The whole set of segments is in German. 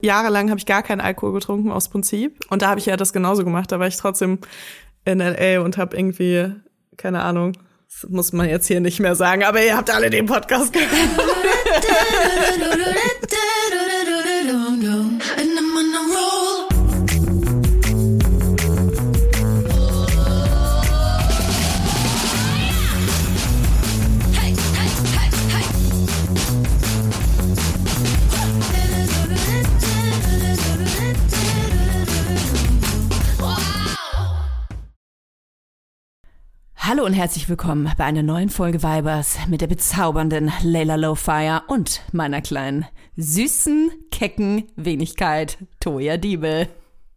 jahrelang habe ich gar keinen Alkohol getrunken aus Prinzip. Und da habe ich ja das genauso gemacht. Da war ich trotzdem in L.A. und habe irgendwie, keine Ahnung, das muss man jetzt hier nicht mehr sagen, aber ihr habt alle den Podcast gehört. Hallo und herzlich willkommen bei einer neuen Folge Vibers mit der bezaubernden Layla Lowfire und meiner kleinen, süßen, kecken Wenigkeit Toja Diebel.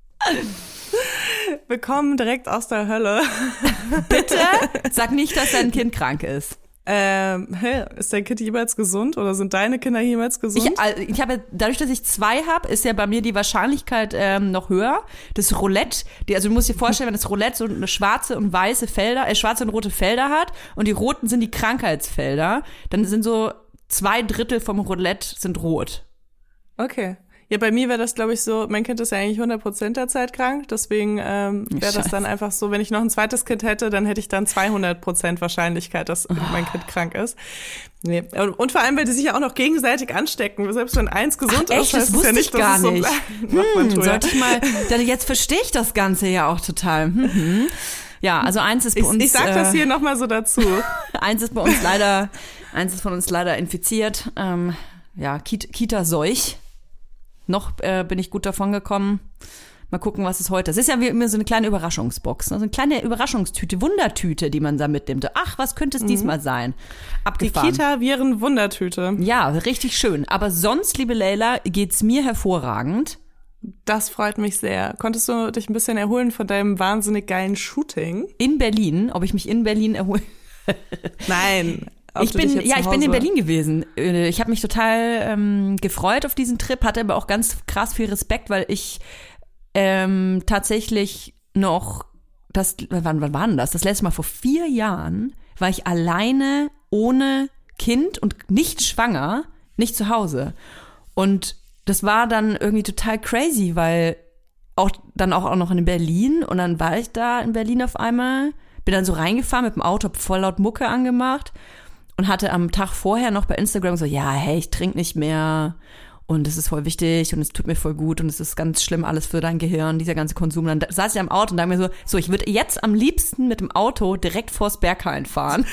Willkommen direkt aus der Hölle. Bitte sag nicht, dass dein Kind krank ist. Ist dein Kind jemals gesund oder sind deine Kinder jemals gesund? Ich habe, dadurch, dass ich 2 habe, ist ja bei mir die Wahrscheinlichkeit noch höher. Das Roulette, also du musst dir vorstellen, wenn das Roulette so eine schwarze und weiße Felder, schwarze und rote Felder hat und die roten sind die Krankheitsfelder, dann sind so 2/3 vom Roulette sind rot. Okay. Ja, bei mir wäre das, glaube ich, so, mein Kind ist ja eigentlich 100% der Zeit krank, deswegen wäre das dann einfach so, wenn ich noch ein zweites Kind hätte, dann hätte ich dann 200% Wahrscheinlichkeit, dass mein Kind krank ist. Nee. Und vor allem, weil die sich ja auch noch gegenseitig anstecken, selbst wenn eins gesund ist, heißt es ja nicht, dass es so bleibt. Sollte ich mal, denn jetzt verstehe ich das Ganze ja auch total. Ja, also eins ist bei uns. Ich sag das hier nochmal so dazu. Eins ist von uns leider infiziert. Ja, Kita-Seuch. Noch bin ich gut davon gekommen. Mal gucken, was es heute ist. Es ist ja wie immer so eine kleine Überraschungsbox. Also eine kleine Überraschungstüte, Wundertüte, die man da mitnimmt. Ach, was könnte es diesmal sein? Abgefahren. Die Kita-Viren-Wundertüte. Ja, richtig schön. Aber sonst, liebe Layla, geht's mir hervorragend. Das freut mich sehr. Konntest du dich ein bisschen erholen von deinem wahnsinnig geilen Shooting? In Berlin? Ob ich mich in Berlin erhole? Nein. Ich bin in Berlin gewesen. Ich habe mich total gefreut auf diesen Trip, hatte aber auch ganz krass viel Respekt, weil ich tatsächlich noch, wann war denn das? Das letzte Mal vor 4 Jahren war ich alleine, ohne Kind und nicht schwanger, nicht zu Hause. Und das war dann irgendwie total crazy, weil auch noch in Berlin und dann war ich da in Berlin auf einmal, bin dann so reingefahren mit dem Auto, hab voll laut Mucke angemacht. Und hatte am Tag vorher noch bei Instagram so, ja, hey, ich trinke nicht mehr und es ist voll wichtig und es tut mir voll gut und es ist ganz schlimm alles für dein Gehirn, dieser ganze Konsum. Dann saß ich am Auto und dachte mir so, ich würde jetzt am liebsten mit dem Auto direkt vors Berghain fahren.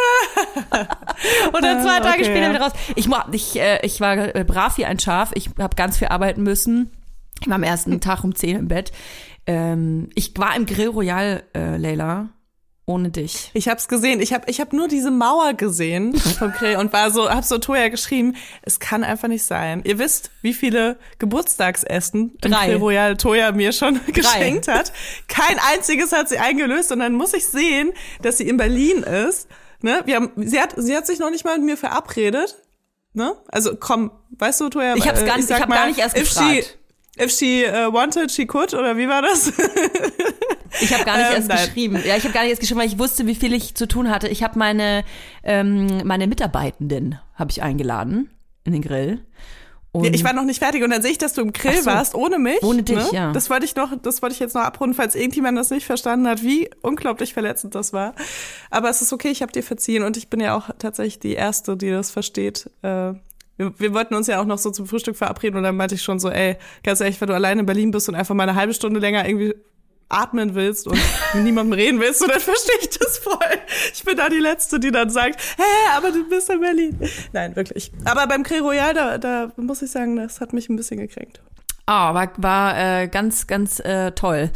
Und dann 2 Tage später wieder raus. Ich war brav wie ein Schaf, ich habe ganz viel arbeiten müssen. Ich war am ersten Tag um 10 im Bett. Ich war im Grill Royal, Layla. Ohne dich. Ich hab's gesehen. Ich hab nur diese Mauer gesehen vom Grill und hab so Toja geschrieben, es kann einfach nicht sein. Ihr wisst, wie viele Geburtstagsessen im Grill Royal Toja mir schon geschenkt hat. Kein einziges hat sie eingelöst und dann muss ich sehen, dass sie in Berlin ist. Ne? Sie hat sich noch nicht mal mit mir verabredet. Ne? Also komm, weißt du, Toja, ich hab gar nicht erst gefragt. If she wanted, she could, oder wie war das? Ich habe gar nicht erst geschrieben. Ja, ich habe gar nicht erst geschrieben, weil ich wusste, wie viel ich zu tun hatte. Ich habe meine Mitarbeitenden habe ich eingeladen in den Grill. Und ja, ich war noch nicht fertig und dann sehe ich, dass du im Grill warst, ohne mich. Ohne dich, ne? Ja. Das wollte ich jetzt noch abrunden, falls irgendjemand das nicht verstanden hat, wie unglaublich verletzend das war. Aber es ist okay, ich habe dir verziehen und ich bin ja auch tatsächlich die Erste, die das versteht. Wir wollten uns ja auch noch so zum Frühstück verabreden und dann meinte ich schon so, ey, ganz ehrlich, wenn du alleine in Berlin bist und einfach mal eine halbe Stunde länger irgendwie atmen willst und mit niemandem reden willst, so, dann verstehe ich das voll. Ich bin da die Letzte, die dann sagt, hey, aber du bist in Berlin. Nein, wirklich. Aber beim Grill Royal, da muss ich sagen, das hat mich ein bisschen gekränkt. War ganz, ganz toll.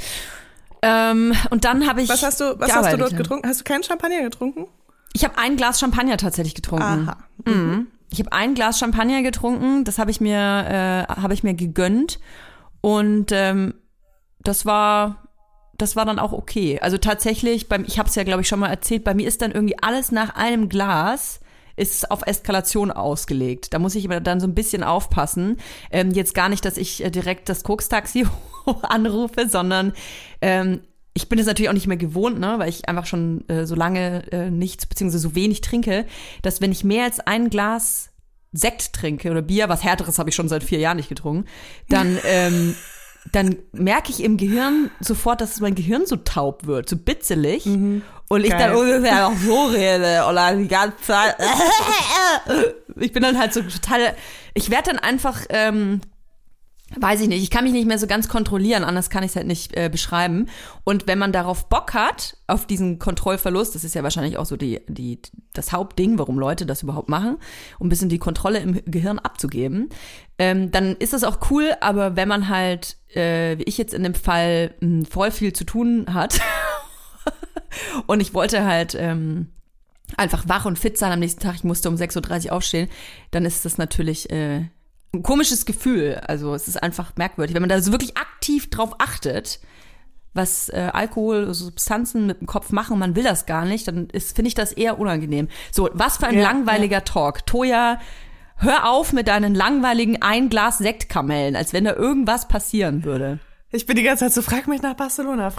Und dann habe ich Was hast du dort getrunken? Hast du keinen Champagner getrunken? Ich habe ein Glas Champagner tatsächlich getrunken. Aha. Mhm. Ich habe ein Glas Champagner getrunken, das habe ich mir gegönnt und das war dann auch okay. Also tatsächlich, ich habe es ja, glaube ich, schon mal erzählt, bei mir ist dann irgendwie alles nach einem Glas ist auf Eskalation ausgelegt. Da muss ich aber dann so ein bisschen aufpassen. Jetzt gar nicht, dass ich direkt das Koks-Taxi anrufe, sondern ich bin es natürlich auch nicht mehr gewohnt, ne, weil ich einfach schon so lange nichts, beziehungsweise so wenig trinke, dass wenn ich mehr als ein Glas Sekt trinke oder Bier, was Härteres habe ich schon seit 4 Jahren nicht getrunken, dann merke ich im Gehirn sofort, dass mein Gehirn so taub wird, so bitzelig. Und ich dann ungefähr auch so rede oder die ganze Zeit. Ich bin dann halt so total, ich werde dann einfach, weiß ich nicht, ich kann mich nicht mehr so ganz kontrollieren, anders kann ich es halt nicht beschreiben. Und wenn man darauf Bock hat, auf diesen Kontrollverlust, das ist ja wahrscheinlich auch so das Hauptding, warum Leute das überhaupt machen, um ein bisschen die Kontrolle im Gehirn abzugeben, dann ist das auch cool, aber wenn man halt, wie ich jetzt in dem Fall, voll viel zu tun hat und ich wollte halt einfach wach und fit sein am nächsten Tag, ich musste um 6:30 Uhr aufstehen, dann ist das natürlich ein komisches Gefühl. Also es ist einfach merkwürdig. Wenn man da so wirklich aktiv drauf achtet, was Alkohol, Substanzen mit dem Kopf machen, man will das gar nicht, dann finde ich das eher unangenehm. So, was für ein langweiliger Talk. Toja, hör auf mit deinen langweiligen 1 Glas Sektkamellen, als wenn da irgendwas passieren würde. Ich bin die ganze Zeit so, frag mich nach Barcelona.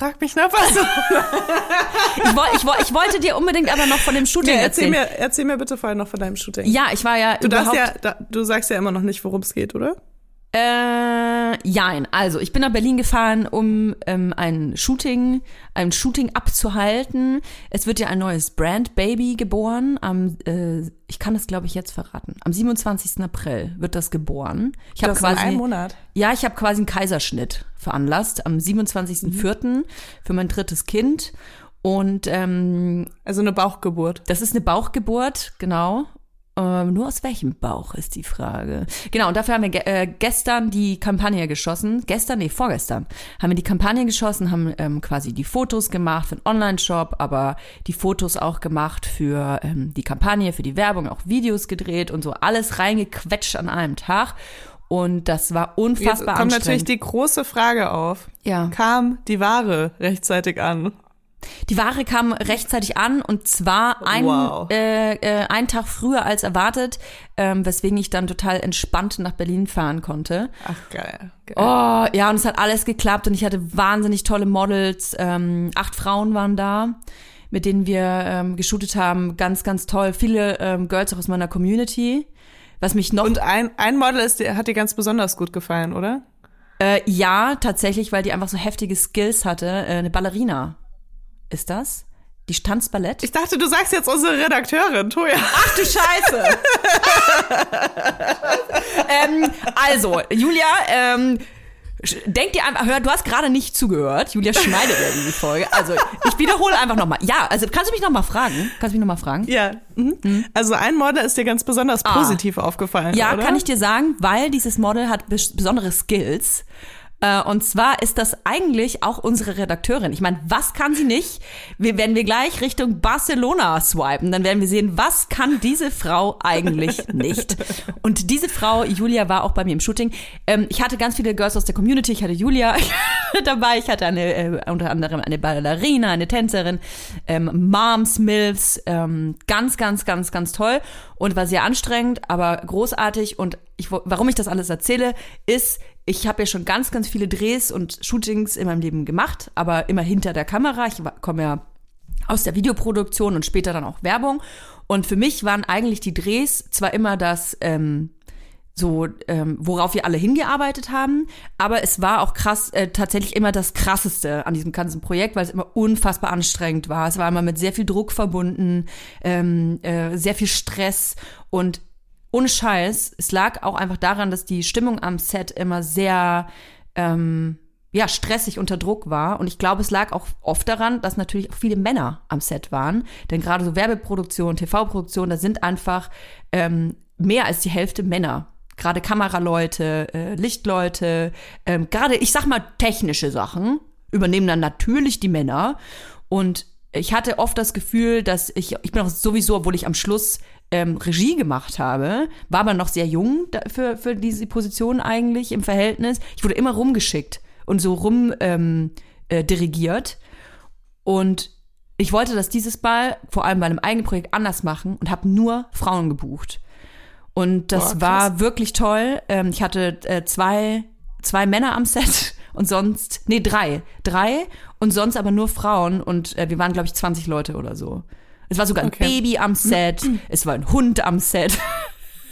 Ich wollte dir unbedingt aber noch von dem Shooting erzählen. Erzähl mir bitte vorher noch von deinem Shooting. Ja, ich war ja Du sagst ja immer noch nicht, worum es geht, oder? Jein. Also, ich bin nach Berlin gefahren, um ein Shooting abzuhalten. Es wird ja ein neues Brand Baby geboren. Ich kann das, glaube ich, jetzt verraten. Am 27. April wird das geboren. Ich habe quasi in einem Monat. Ja, ich habe quasi einen Kaiserschnitt veranlasst am 27.04. für mein 3. Kind. Und also eine Bauchgeburt. Das ist eine Bauchgeburt, genau. Nur aus welchem Bauch ist die Frage. Genau, und dafür haben wir gestern die Kampagne geschossen. Vorgestern haben wir die Kampagne geschossen, haben quasi die Fotos gemacht für den Online-Shop, aber die Fotos auch gemacht für die Kampagne, für die Werbung, auch Videos gedreht und so. Alles reingequetscht an einem Tag. Und das war unfassbar anstrengend. Jetzt kommt natürlich die große Frage auf. Ja. Kam die Ware rechtzeitig an? Die Ware kam rechtzeitig an und zwar einen Tag früher als erwartet, weswegen ich dann total entspannt nach Berlin fahren konnte. Ach, geil. Oh, ja, und es hat alles geklappt und ich hatte wahnsinnig tolle Models. 8 Frauen waren da, mit denen wir geshootet haben. Ganz, ganz toll. Viele Girls auch aus meiner Community. Was mich noch. Und ein Model hat dir ganz besonders gut gefallen, oder? Ja, tatsächlich, weil die einfach so heftige Skills hatte. Eine Ballerina. Ist das? Die Tanzballett? Ich dachte, du sagst jetzt unsere Redakteurin, Toja. Ach du Scheiße! Also, Julia, denk dir einfach, du hast gerade nicht zugehört. Julia schneidet ja diese Folge. Also, ich wiederhole einfach nochmal. Ja, also kannst du mich nochmal fragen? Ja. Also ein Model ist dir ganz besonders positiv aufgefallen, ja, oder? Kann ich dir sagen, weil dieses Model hat besondere Skills. Und zwar ist das eigentlich auch unsere Redakteurin. Ich meine, was kann sie nicht? Wenn wir gleich Richtung Barcelona swipen, dann werden wir sehen, was kann diese Frau eigentlich nicht? Und diese Frau, Julia, war auch bei mir im Shooting. Ich hatte ganz viele Girls aus der Community. Ich hatte Julia dabei. Ich hatte unter anderem eine Ballerina, eine Tänzerin, Moms, Milfs. Ganz, ganz, ganz, ganz toll. Und war sehr anstrengend, aber großartig. Und warum ich das alles erzähle, ist, ich habe ja schon ganz, ganz viele Drehs und Shootings in meinem Leben gemacht, aber immer hinter der Kamera. Ich komme ja aus der Videoproduktion und später dann auch Werbung. Und für mich waren eigentlich die Drehs zwar immer das, worauf wir alle hingearbeitet haben, aber es war auch krass, tatsächlich immer das Krasseste an diesem ganzen Projekt, weil es immer unfassbar anstrengend war. Es war immer mit sehr viel Druck verbunden, sehr viel Stress und ohne Scheiß, es lag auch einfach daran, dass die Stimmung am Set immer sehr stressig unter Druck war. Und ich glaube, es lag auch oft daran, dass natürlich auch viele Männer am Set waren. Denn gerade so Werbeproduktion, TV-Produktion, da sind einfach mehr als die Hälfte Männer. Gerade Kameraleute, Lichtleute, gerade, ich sag mal, technische Sachen übernehmen dann natürlich die Männer. Und ich hatte oft das Gefühl, dass ich bin auch sowieso, obwohl ich am Schluss Regie gemacht habe, war aber noch sehr jung für diese Position eigentlich im Verhältnis. Ich wurde immer rumgeschickt und so dirigiert. Und ich wollte das dieses Mal, vor allem bei einem eigenen Projekt, anders machen und habe nur Frauen gebucht. Und das war wirklich toll. Ich hatte zwei Männer am Set und sonst, drei und sonst aber nur Frauen und wir waren, glaube ich, 20 Leute oder so. Es war sogar ein Baby am Set, es war ein Hund am Set.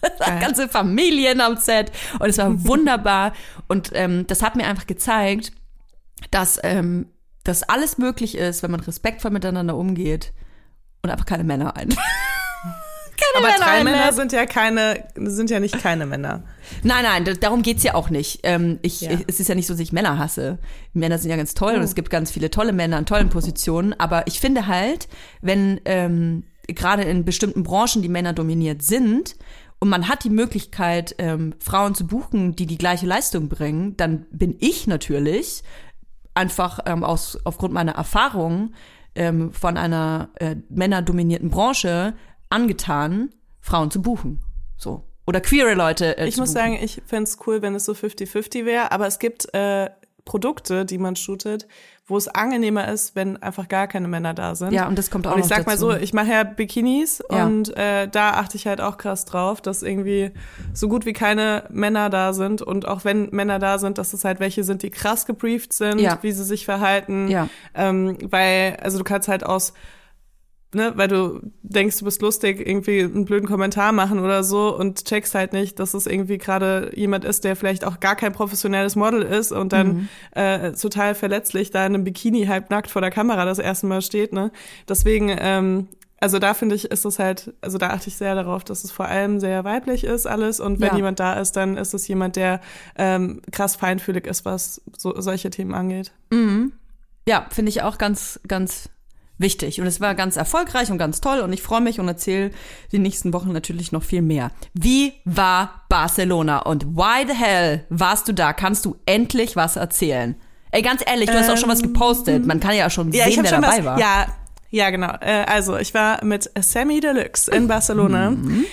Ganze Familien am Set und es war wunderbar und das hat mir einfach gezeigt, dass alles möglich ist, wenn man respektvoll miteinander umgeht und einfach keine Männer ein. Aber Männer 3 Männer sind ja nicht keine Männer. Nein, darum geht's ja auch nicht. Es ist ja nicht so, dass ich Männer hasse. Männer sind ja ganz toll und es gibt ganz viele tolle Männer in tollen Positionen. Aber ich finde halt, wenn gerade in bestimmten Branchen die Männer dominiert sind und man hat die Möglichkeit, Frauen zu buchen, die gleiche Leistung bringen, dann bin ich natürlich einfach aufgrund meiner Erfahrung von einer männerdominierten Branche angetan, Frauen zu buchen. So. Oder queere Leute Ich muss sagen, ich fände es cool, wenn es so 50-50 wäre, aber es gibt Produkte, die man shootet, wo es angenehmer ist, wenn einfach gar keine Männer da sind. Ja, und das kommt auch noch dazu. Und ich sag mal so, ich mache ja Bikinis und da achte ich halt auch krass drauf, dass irgendwie so gut wie keine Männer da sind und auch wenn Männer da sind, dass es halt welche sind, die krass gebrieft sind, wie sie sich verhalten. Weil, also du kannst halt weil du denkst, du bist lustig, irgendwie einen blöden Kommentar machen oder so und checkst halt nicht, dass es irgendwie gerade jemand ist, der vielleicht auch gar kein professionelles Model ist und dann total verletzlich da in einem Bikini halbnackt vor der Kamera das erste Mal steht, ne? Deswegen, also da finde ich, ist es halt, also da achte ich sehr darauf, dass es vor allem sehr weiblich ist alles und wenn jemand da ist, dann ist es jemand, der krass feinfühlig ist, was solche Themen angeht. Mhm. Ja, finde ich auch ganz, ganz wichtig. Und es war ganz erfolgreich und ganz toll und ich freue mich und erzähle die nächsten Wochen natürlich noch viel mehr. Wie war Barcelona und why the hell warst du da? Kannst du endlich was erzählen? Ey, ganz ehrlich, du hast auch schon was gepostet. Man kann ja schon sehen, wer dabei war. Ja, genau. Also ich war mit Samy Deluxe in Barcelona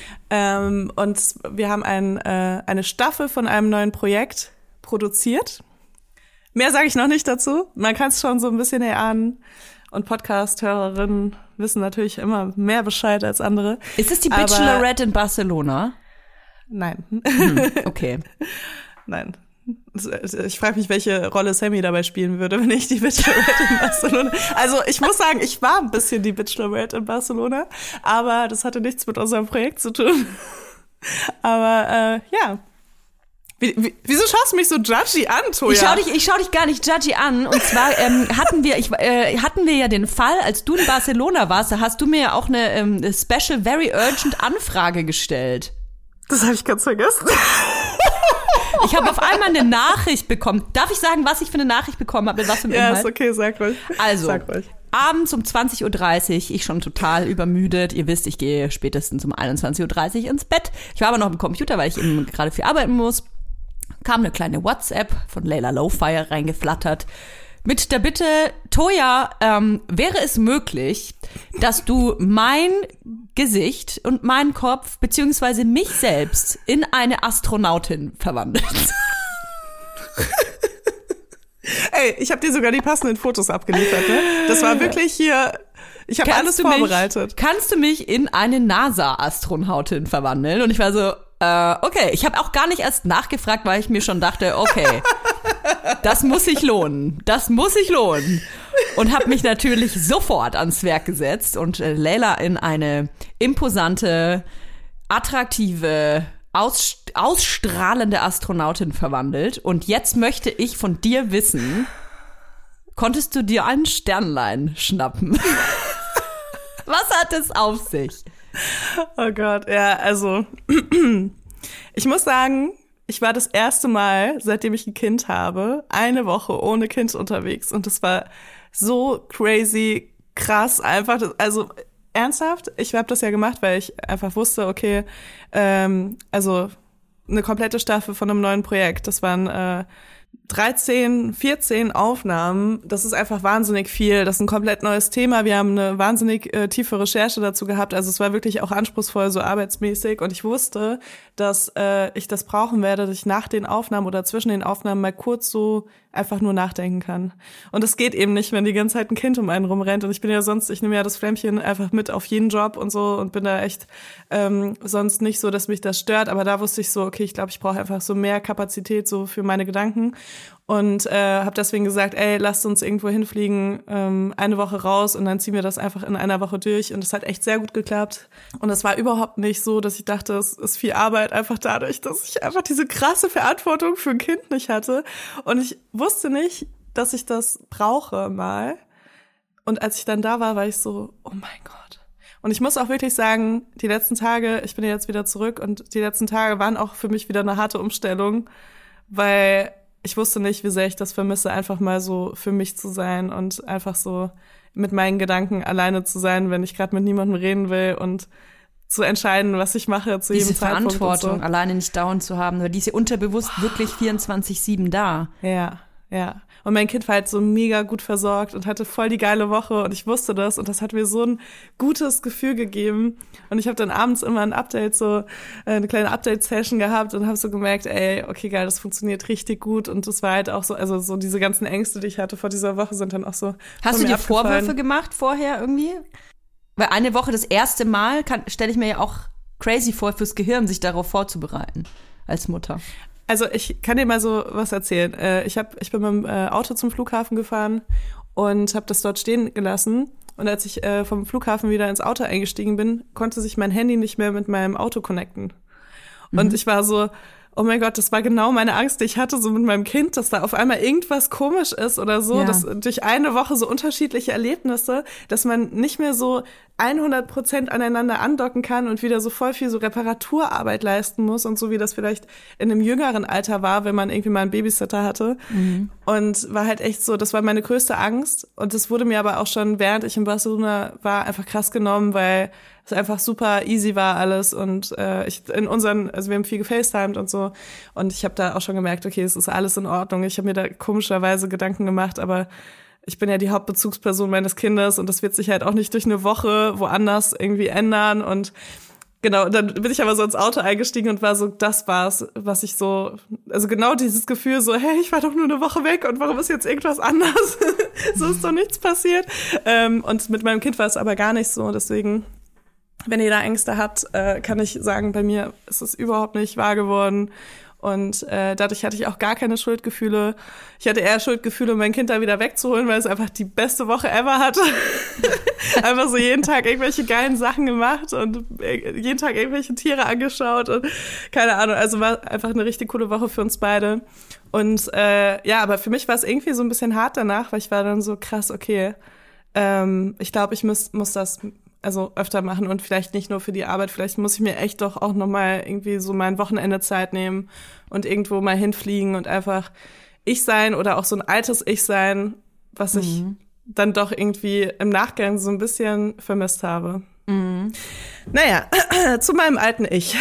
und wir haben eine Staffel von einem neuen Projekt produziert. Mehr sage ich noch nicht dazu. Man kann es schon so ein bisschen erahnen. Und Podcast-Hörerinnen wissen natürlich immer mehr Bescheid als andere. Ist es die Bachelorette in Barcelona? Nein. Okay. Nein. Ich frage mich, welche Rolle Samy dabei spielen würde, wenn ich die Bachelorette in Barcelona. Also ich muss sagen, ich war ein bisschen die Bachelorette in Barcelona, aber das hatte nichts mit unserem Projekt zu tun. Aber ja. Wieso schaust du mich so judgy an, Toja? Ich schau dich gar nicht judgy an. Und zwar hatten wir ja den Fall, als du in Barcelona warst, da hast du mir ja auch eine Special Very Urgent Anfrage gestellt. Das habe ich ganz vergessen. Ich habe auf einmal eine Nachricht bekommen. Darf ich sagen, was ich für eine Nachricht bekommen habe? Mit was für einem Inhalt? Ja, ist okay, sag ruhig. Also, abends um 20.30 Uhr, ich schon total übermüdet. Ihr wisst, ich gehe spätestens um 21.30 Uhr ins Bett. Ich war aber noch am Computer, weil ich eben gerade viel arbeiten muss. Kam eine kleine WhatsApp von Layla Lowfire reingeflattert mit der Bitte, Toja, wäre es möglich, dass du mein Gesicht und meinen Kopf beziehungsweise mich selbst in eine Astronautin verwandelst? Ey, ich habe dir sogar die passenden Fotos abgeliefert, ne? Das war wirklich hier, ich habe alles vorbereitet. Kannst du mich in eine NASA-Astronautin verwandeln? Und ich war so, okay, ich habe auch gar nicht erst nachgefragt, weil ich mir schon dachte, okay, das muss sich lohnen. Und habe mich natürlich sofort ans Werk gesetzt und Layla in eine imposante, attraktive, ausstrahlende Astronautin verwandelt. Und jetzt möchte ich von dir wissen, konntest du dir ein Sternlein schnappen? Was hat es auf sich? Oh Gott, ja, also ich muss sagen, ich war das erste Mal, seitdem ich ein Kind habe, eine Woche ohne Kind unterwegs und das war so crazy, krass einfach. Also ernsthaft, ich habe das ja gemacht, weil ich einfach wusste, okay, also eine komplette Staffel von einem neuen Projekt, das waren 13, 14 Aufnahmen, das ist einfach wahnsinnig viel. Das ist ein komplett neues Thema. Wir haben eine wahnsinnig tiefe Recherche dazu gehabt. Also es war wirklich auch anspruchsvoll, so arbeitsmäßig. Und ich wusste, dass ich das brauchen werde, dass ich nach den Aufnahmen oder zwischen den Aufnahmen mal kurz so einfach nur nachdenken kann. Und das geht eben nicht, wenn die ganze Zeit ein Kind um einen rumrennt. Und ich bin ja sonst, ich nehme ja das Flämmchen einfach mit auf jeden Job und so und bin da echt sonst nicht so, dass mich das stört. Aber da wusste ich so, okay, ich glaube, ich brauche einfach so mehr Kapazität so für meine Gedanken. und habe deswegen gesagt, ey, lasst uns irgendwo hinfliegen, eine Woche raus und dann ziehen wir das einfach in einer Woche durch und es hat echt sehr gut geklappt und es war überhaupt nicht so, dass ich dachte, es ist viel Arbeit, einfach dadurch, dass ich einfach diese krasse Verantwortung für ein Kind nicht hatte und ich wusste nicht, dass ich das brauche mal und als ich dann da war ich so, oh mein Gott. Und ich muss auch wirklich sagen, die letzten Tage, ich bin ja jetzt wieder zurück und die letzten Tage waren auch für mich wieder eine harte Umstellung, weil ich wusste nicht, wie sehr ich das vermisse, einfach mal so für mich zu sein und einfach so mit meinen Gedanken alleine zu sein, wenn ich gerade mit niemandem reden will und zu entscheiden, was ich mache zu jedem Zeitpunkt. Diese Verantwortung alleine nicht dauernd zu haben, weil die ist ja unterbewusst wirklich 24/7 da. Ja. Und mein Kind war halt so mega gut versorgt und hatte voll die geile Woche und ich wusste das und das hat mir so ein gutes Gefühl gegeben und ich habe dann abends immer ein Update, so eine kleine Update-Session gehabt und habe so gemerkt, ey, okay, geil, das funktioniert richtig gut und das war halt auch so, also so diese ganzen Ängste, die ich hatte vor dieser Woche sind dann auch so. Hast du dir Vorwürfe gemacht vorher irgendwie? Weil eine Woche das erste Mal stelle ich mir ja auch crazy vor, fürs Gehirn sich darauf vorzubereiten als Mutter. Also ich kann dir mal so was erzählen. Ich bin mit dem Auto zum Flughafen gefahren und habe das dort stehen gelassen. Und als ich vom Flughafen wieder ins Auto eingestiegen bin, konnte sich mein Handy nicht mehr mit meinem Auto connecten. Und ich war so, oh mein Gott, das war genau meine Angst, die ich hatte, so mit meinem Kind, dass da auf einmal irgendwas komisch ist oder so, dass durch eine Woche so unterschiedliche Erlebnisse, dass man nicht mehr so 100% aneinander andocken kann und wieder so voll viel so Reparaturarbeit leisten muss und so wie das vielleicht in einem jüngeren Alter war, wenn man irgendwie mal einen Babysitter hatte. Und war halt echt so, das war meine größte Angst und das wurde mir aber auch schon, während ich in Barcelona war, einfach krass genommen, weil es einfach super easy war alles und also wir haben viel gefacetimed und so und ich habe da auch schon gemerkt, okay, es ist alles in Ordnung. Ich habe mir da komischerweise Gedanken gemacht, aber ich bin ja die Hauptbezugsperson meines Kindes und das wird sich halt auch nicht durch eine Woche woanders irgendwie ändern und genau, dann bin ich aber so ins Auto eingestiegen und war so, das war's, was ich so, also genau dieses Gefühl so, hey, ich war doch nur eine Woche weg und warum ist jetzt irgendwas anders? So ist doch nichts passiert. Und mit meinem Kind war es aber gar nicht so, deswegen, wenn ihr da Ängste habt, kann ich sagen, bei mir ist es überhaupt nicht wahr geworden. Und dadurch hatte ich auch gar keine Schuldgefühle. Ich hatte eher Schuldgefühle, mein Kind da wieder wegzuholen, weil es einfach die beste Woche ever hatte. Einfach so jeden Tag irgendwelche geilen Sachen gemacht und jeden Tag irgendwelche Tiere angeschaut und keine Ahnung. Also war einfach eine richtig coole Woche für uns beide. Und aber für mich war es irgendwie so ein bisschen hart danach, weil ich war dann so krass, okay, ich glaube, ich muss das also öfter machen und vielleicht nicht nur für die Arbeit, vielleicht muss ich mir echt doch auch nochmal irgendwie so mein Wochenende Zeit nehmen und irgendwo mal hinfliegen und einfach ich sein oder auch so ein altes Ich sein, was ich dann doch irgendwie im Nachgang so ein bisschen vermisst habe. Naja, zu meinem alten Ich.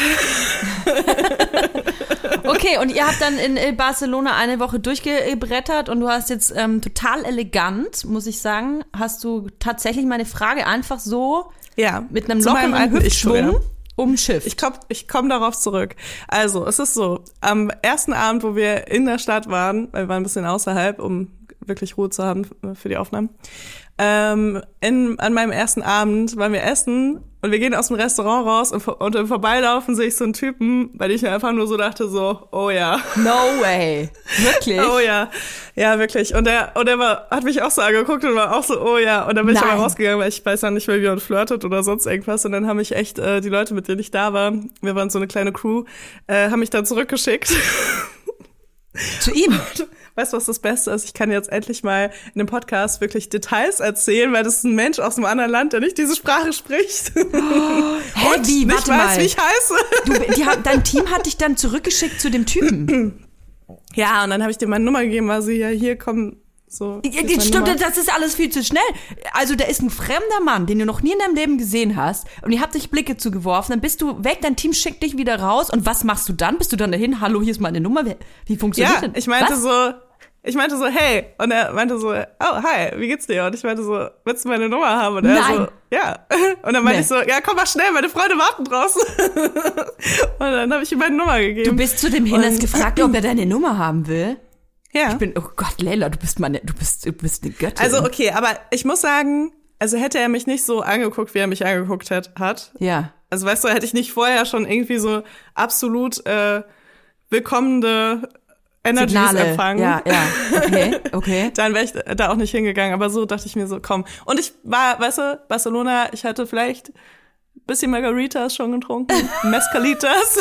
Okay, und ihr habt dann in Barcelona eine Woche durchgebrettert und du hast jetzt total elegant, muss ich sagen, hast du tatsächlich meine Frage einfach so mit einem lockeren Hüftschwung um Schiff. Ich komm darauf zurück. Also, es ist so, am ersten Abend, wo wir in der Stadt waren, weil wir waren ein bisschen außerhalb, um wirklich Ruhe zu haben für die Aufnahmen, an meinem ersten Abend waren wir essen und wir gehen aus dem Restaurant raus und im Vorbeilaufen sehe ich so einen Typen, bei dem ich mir einfach nur so dachte so, oh ja. No way. Wirklich? Oh ja. Ja, wirklich. Und er hat mich auch so angeguckt und war auch so, oh ja. Und dann bin ich aber rausgegangen, weil ich weiß ja nicht mehr, wie man flirtet oder sonst irgendwas. Und dann haben mich echt die Leute, mit denen ich da war, wir waren so eine kleine Crew, haben mich dann zurückgeschickt. Zu ihm? Weißt du, was das Beste ist? Ich kann jetzt endlich mal in dem Podcast wirklich Details erzählen, weil das ist ein Mensch aus einem anderen Land, der nicht diese Sprache spricht. Hä, wie? Und nicht weiß, wie ich heiße. Dein Team hat dich dann zurückgeschickt zu dem Typen. Ja, und dann habe ich dir meine Nummer gegeben, also ja, hier, komm, so. Stimmt, das ist alles viel zu schnell. Also da ist ein fremder Mann, den du noch nie in deinem Leben gesehen hast und ihr habt dich Blicke zugeworfen, dann bist du weg, dein Team schickt dich wieder raus und was machst du dann? Bist du dann dahin, hallo, hier ist meine Nummer, wie funktioniert das? Ja, ich meinte so, hey, und er meinte so, oh, hi, wie geht's dir? Und ich meinte so, willst du meine Nummer haben? Und er so, ja. Und dann meinte ich so, ja, komm mal schnell, meine Freunde warten draußen. Und dann habe ich ihm meine Nummer gegeben. Du bist zu dem hin, hast gefragt, ob er deine Nummer haben will? Ja. Oh Gott, Leila, du bist eine Göttin. Also okay, aber ich muss sagen, also hätte er mich nicht so angeguckt, wie er mich angeguckt hat. Ja. Also weißt du, hätte ich nicht vorher schon irgendwie so absolut willkommene Energies Signale. empfangen. Ja, okay. Dann wäre ich da auch nicht hingegangen. Aber so dachte ich mir so, komm. Und ich war, weißt du, Barcelona, ich hatte vielleicht ein bisschen Margaritas schon getrunken, Mezcalitas.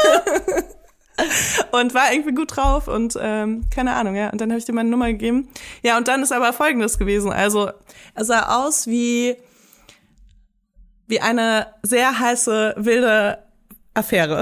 Und war irgendwie gut drauf und keine Ahnung, ja. Und dann habe ich dir meine Nummer gegeben. Ja, und dann ist aber Folgendes gewesen. Also er sah aus wie eine sehr heiße, wilde Affäre.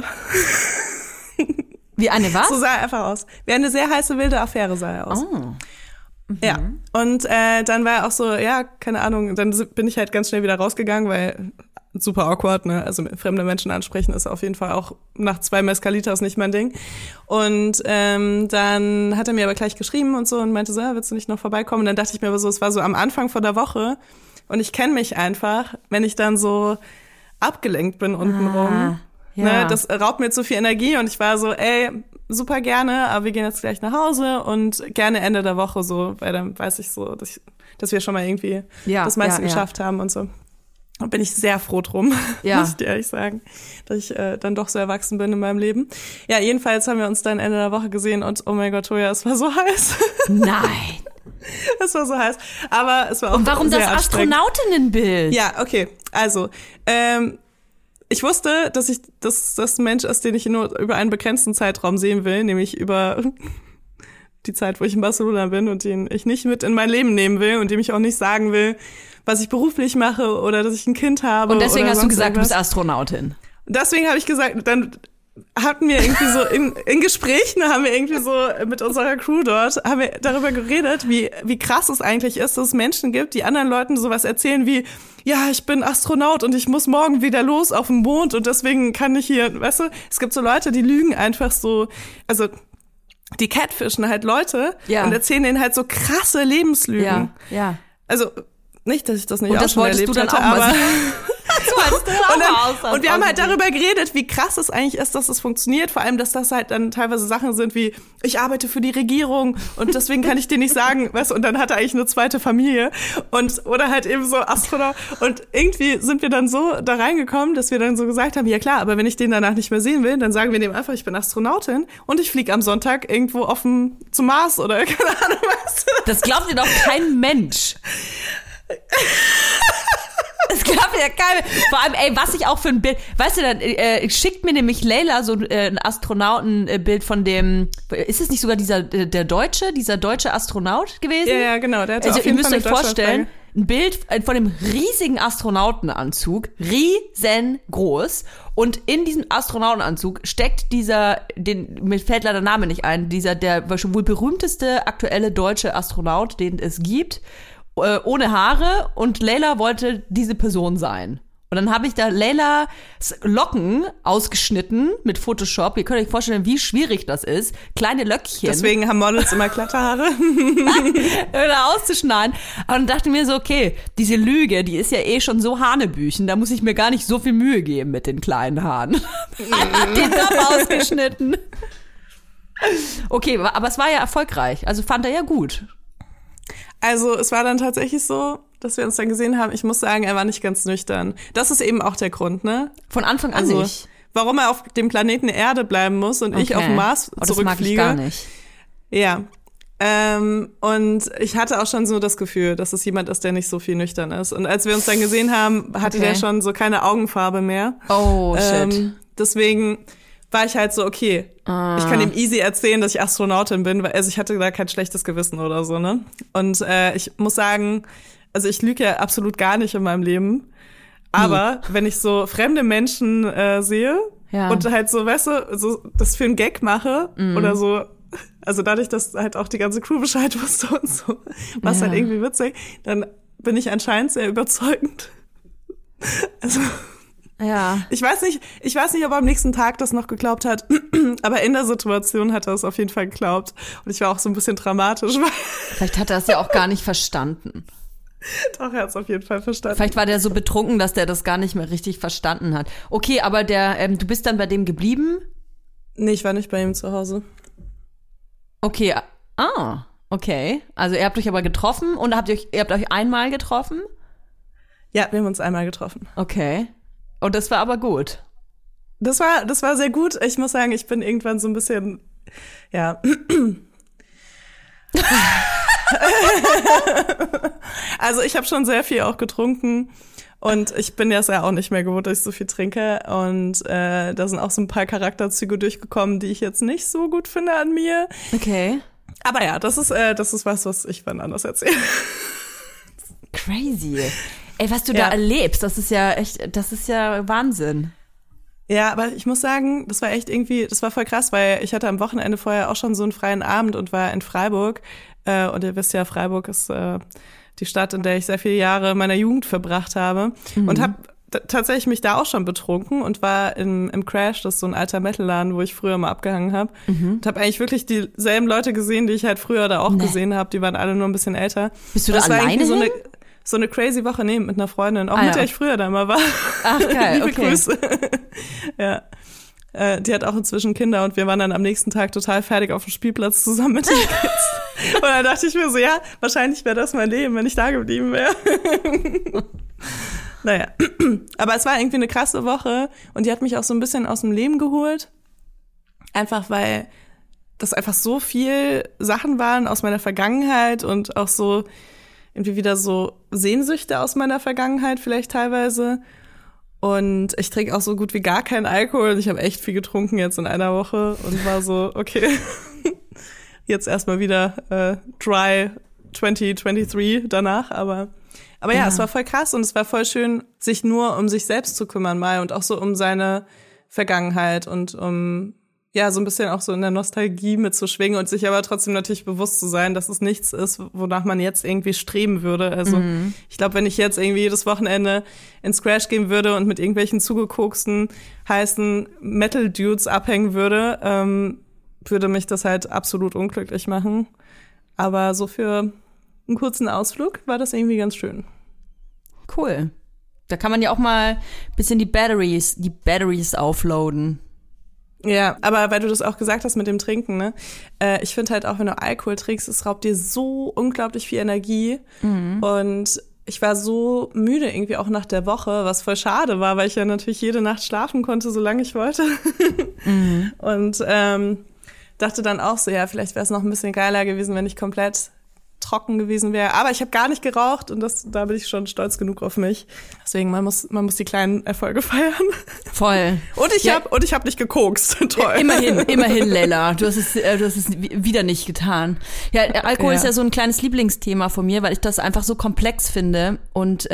Wie eine was? So sah er einfach aus. Wie eine sehr heiße, wilde Affäre sah er aus. Oh. Ja, und dann war er auch so, ja, keine Ahnung, dann bin ich halt ganz schnell wieder rausgegangen, weil super awkward, ne? Also fremde Menschen ansprechen ist auf jeden Fall auch nach 2 Mezcalitas nicht mein Ding. Und dann hat er mir aber gleich geschrieben und so und meinte so, ja, willst du nicht noch vorbeikommen? Und dann dachte ich mir aber so, es war so am Anfang von der Woche und ich kenne mich einfach, wenn ich dann so abgelenkt bin untenrum. Ja. Ne, das raubt mir zu viel Energie und ich war so, ey, super gerne, aber wir gehen jetzt gleich nach Hause und gerne Ende der Woche so, weil dann weiß ich so, dass wir schon mal irgendwie das meiste geschafft haben und so. Und bin ich sehr froh drum, muss ich dir ehrlich sagen, dass ich dann doch so erwachsen bin in meinem Leben. Ja, jedenfalls haben wir uns dann Ende der Woche gesehen und oh mein Gott, Toja, es war so heiß. Nein. Es war so heiß, aber es war auch und warum sehr das Astronautinnenbild? Ja, okay, also ich wusste, dass das ein Mensch ist, den ich nur über einen begrenzten Zeitraum sehen will, nämlich über die Zeit, wo ich in Barcelona bin und den ich nicht mit in mein Leben nehmen will und dem ich auch nicht sagen will, was ich beruflich mache oder dass ich ein Kind habe. Und deswegen hast du gesagt, irgendwas. Du bist Astronautin. Und deswegen habe ich gesagt, dann hatten wir irgendwie so in Gesprächen, haben wir irgendwie so mit unserer Crew dort, haben wir darüber geredet, wie krass es eigentlich ist, dass es Menschen gibt, die anderen Leuten sowas erzählen wie, ja, ich bin Astronaut und ich muss morgen wieder los auf den Mond und deswegen kann ich hier, weißt du, es gibt so Leute, die lügen einfach so, also die catfischen halt Leute und erzählen denen halt so krasse Lebenslügen. Ja. Also nicht, dass ich das nicht und auch das schon wolltest erlebt du dann hatte, auch mal aber und wir haben halt darüber geredet, wie krass es eigentlich ist, dass es funktioniert. Vor allem, dass das halt dann teilweise Sachen sind wie, ich arbeite für die Regierung und deswegen kann ich dir nicht sagen, weißt du, und dann hat er eigentlich eine zweite Familie oder halt eben so Astronaut. Und irgendwie sind wir dann so da reingekommen, dass wir dann so gesagt haben, ja klar, aber wenn ich den danach nicht mehr sehen will, dann sagen wir dem einfach, ich bin Astronautin und ich fliege am Sonntag irgendwo zum Mars oder keine Ahnung was. Das glaubt dir doch kein Mensch. Das glaubt mir ja keiner. Vor allem, ey, was ich auch für ein Bild, weißt du, dann schickt mir nämlich Leila so ein Astronautenbild von dem, ist es nicht sogar dieser deutsche Astronaut gewesen? Ja, genau. Der hatte also auf ihr jeden müsst Fall euch vorstellen, ein Bild von dem riesigen Astronautenanzug, riesengroß. Und in diesem Astronautenanzug steckt mir fällt leider der Name nicht ein, der wohl berühmteste aktuelle deutsche Astronaut, den es gibt, ohne Haare, und Leila wollte diese Person sein. Und dann habe ich da Leilas Locken ausgeschnitten mit Photoshop. Ihr könnt euch vorstellen, wie schwierig das ist. Kleine Löckchen. Deswegen haben Models immer glatte Haare. auszuschneiden. Und dann dachte ich mir so, okay, diese Lüge, die ist ja eh schon so hanebüchen, da muss ich mir gar nicht so viel Mühe geben mit den kleinen Haaren. Hat den Top ausgeschnitten. Okay, aber es war ja erfolgreich. Also fand er ja gut. Also es war dann tatsächlich so, dass wir uns dann gesehen haben. Ich muss sagen, er war nicht ganz nüchtern. Das ist eben auch der Grund, ne? Von Anfang an nicht. Warum er auf dem Planeten Erde bleiben muss und ich auf dem Mars zurückfliege. Das mag ich gar nicht. Ja. Und ich hatte auch schon so das Gefühl, dass es jemand ist, der nicht so viel nüchtern ist. Und als wir uns dann gesehen haben, hatte der schon so keine Augenfarbe mehr. Oh, shit. Deswegen war ich halt so, okay, ich kann ihm easy erzählen, dass ich Astronautin bin, weil ich hatte da kein schlechtes Gewissen oder so, ne? Und ich muss sagen, also ich lüge ja absolut gar nicht in meinem Leben, aber wenn ich so fremde Menschen sehe und halt so, weißt du, so das für einen Gag mache oder so, also dadurch, dass halt auch die ganze Crew Bescheid wusste und so, was halt irgendwie witzig, dann bin ich anscheinend sehr überzeugend. Also ja. Ich weiß nicht, ob er am nächsten Tag das noch geglaubt hat, aber in der Situation hat er es auf jeden Fall geglaubt. Und ich war auch so ein bisschen dramatisch. Vielleicht hat er es ja auch gar nicht verstanden. Doch, er hat es auf jeden Fall verstanden. Vielleicht war der so betrunken, dass der das gar nicht mehr richtig verstanden hat. Okay, aber du bist dann bei dem geblieben? Nee, ich war nicht bei ihm zu Hause. Okay, okay. Also ihr habt euch aber getroffen und ihr habt euch einmal getroffen? Ja, wir haben uns einmal getroffen. Okay. Und das war aber gut. Das war sehr gut. Ich muss sagen, ich bin irgendwann so ein bisschen Ja. Also ich habe schon sehr viel auch getrunken und ich bin jetzt ja auch nicht mehr gewohnt, dass ich so viel trinke und da sind auch so ein paar Charakterzüge durchgekommen, die ich jetzt nicht so gut finde an mir. Okay. Aber ja, das ist was ich wann anders erzähle. Crazy. Ey, was du da erlebst, das ist ja Wahnsinn. Ja, aber ich muss sagen, das war voll krass, weil ich hatte am Wochenende vorher auch schon so einen freien Abend und war in Freiburg. Und ihr wisst ja, Freiburg ist die Stadt, in der ich sehr viele Jahre meiner Jugend verbracht habe. Und habe tatsächlich mich da auch schon betrunken und war im Crash, das ist so ein alter Metal-Laden, wo ich früher mal abgehangen habe. Und habe eigentlich wirklich dieselben Leute gesehen, die ich halt früher da auch gesehen habe. Die waren alle nur ein bisschen älter. Bist du da alleine hin? So eine crazy Woche mit einer Freundin, auch mit der ich früher da mal war. Ach geil, Liebe okay. Grüße. Ja. Die hat auch inzwischen Kinder und wir waren dann am nächsten Tag total fertig auf dem Spielplatz zusammen mit den Kids. Und dann dachte ich mir so, ja, wahrscheinlich wäre das mein Leben, wenn ich da geblieben wäre. Naja, aber es war irgendwie eine krasse Woche und die hat mich auch so ein bisschen aus dem Leben geholt. Einfach weil das einfach so viel Sachen waren aus meiner Vergangenheit und auch so irgendwie wieder so Sehnsüchte aus meiner Vergangenheit vielleicht teilweise. Und ich trinke auch so gut wie gar keinen Alkohol. Und ich habe echt viel getrunken jetzt in einer Woche und war so, okay, jetzt erstmal wieder dry 2023 danach. Aber ja, es war voll krass und es war voll schön, sich nur um sich selbst zu kümmern mal und auch so um seine Vergangenheit und um ja, so ein bisschen auch so in der Nostalgie mitzuschwingen und sich aber trotzdem natürlich bewusst zu sein, dass es nichts ist, wonach man jetzt irgendwie streben würde. Also ich glaube, wenn ich jetzt irgendwie jedes Wochenende ins Crash gehen würde und mit irgendwelchen zugekoksten, heißen Metal-Dudes abhängen würde, würde mich das halt absolut unglücklich machen. Aber so für einen kurzen Ausflug war das irgendwie ganz schön. Cool. Da kann man ja auch mal ein bisschen die Batteries aufloaden. Ja, aber weil du das auch gesagt hast mit dem Trinken, ne? Ich finde halt auch, wenn du Alkohol trinkst, es raubt dir so unglaublich viel Energie. Und ich war so müde irgendwie auch nach der Woche, was voll schade war, weil ich ja natürlich jede Nacht schlafen konnte, solange ich wollte. Und dachte dann auch so, ja, vielleicht wäre es noch ein bisschen geiler gewesen, wenn ich komplett trocken gewesen wäre. Aber ich habe gar nicht geraucht und da bin ich schon stolz genug auf mich. Deswegen, man muss die kleinen Erfolge feiern. Voll. Und ich hab nicht gekokst. Toll. Ja, immerhin, Leila. Du hast es wieder nicht getan. Ja, Alkohol ist ja so ein kleines Lieblingsthema von mir, weil ich das einfach so komplex finde und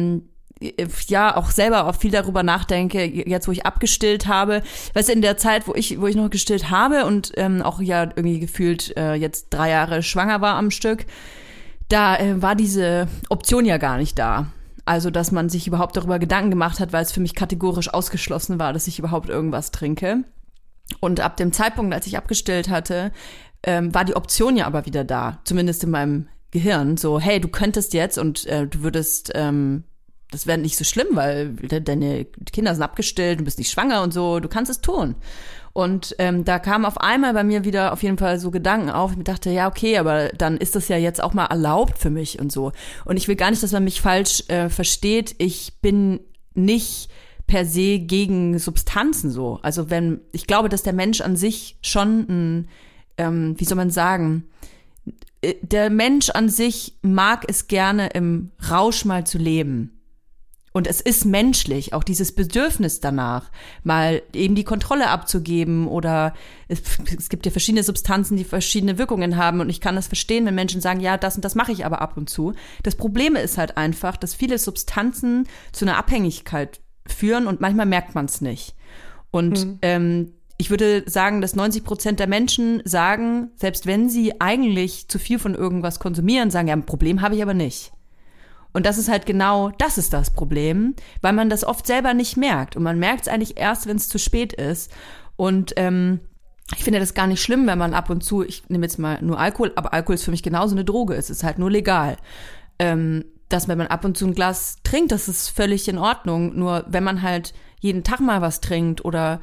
ja, auch selber auch viel darüber nachdenke, jetzt wo ich abgestillt habe. Weißt du, in der Zeit, wo ich noch gestillt habe und auch ja irgendwie gefühlt jetzt 3 Jahre schwanger war am Stück, da war diese Option ja gar nicht da. Also, dass man sich überhaupt darüber Gedanken gemacht hat, weil es für mich kategorisch ausgeschlossen war, dass ich überhaupt irgendwas trinke. Und ab dem Zeitpunkt, als ich abgestillt hatte, war die Option ja aber wieder da, zumindest in meinem Gehirn. So, hey, du könntest jetzt und du würdest das wäre nicht so schlimm, weil deine Kinder sind abgestillt, du bist nicht schwanger und so, du kannst es tun. Und da kamen auf einmal bei mir wieder auf jeden Fall so Gedanken auf. Ich dachte, ja, okay, aber dann ist das ja jetzt auch mal erlaubt für mich und so. Und ich will gar nicht, dass man mich falsch versteht. Ich bin nicht per se gegen Substanzen so. Also ich glaube, dass der Mensch an sich schon wie soll man sagen, der Mensch an sich mag es gerne im Rausch mal zu leben. Und es ist menschlich, auch dieses Bedürfnis danach, mal eben die Kontrolle abzugeben oder es gibt ja verschiedene Substanzen, die verschiedene Wirkungen haben und ich kann das verstehen, wenn Menschen sagen, ja, das und das mache ich aber ab und zu. Das Problem ist halt einfach, dass viele Substanzen zu einer Abhängigkeit führen und manchmal merkt man es nicht. Und ich würde sagen, dass 90% der Menschen sagen, selbst wenn sie eigentlich zu viel von irgendwas konsumieren, sagen, ja, ein Problem habe ich aber nicht. Und das ist halt genau, das ist das Problem, weil man das oft selber nicht merkt. Und man merkt es eigentlich erst, wenn es zu spät ist. Und ich finde das gar nicht schlimm, wenn man ab und zu, ich nehme jetzt mal nur Alkohol, aber Alkohol ist für mich genauso eine Droge. Es ist halt nur legal. Dass wenn man ab und zu ein Glas trinkt, das ist völlig in Ordnung. Nur wenn man halt jeden Tag mal was trinkt oder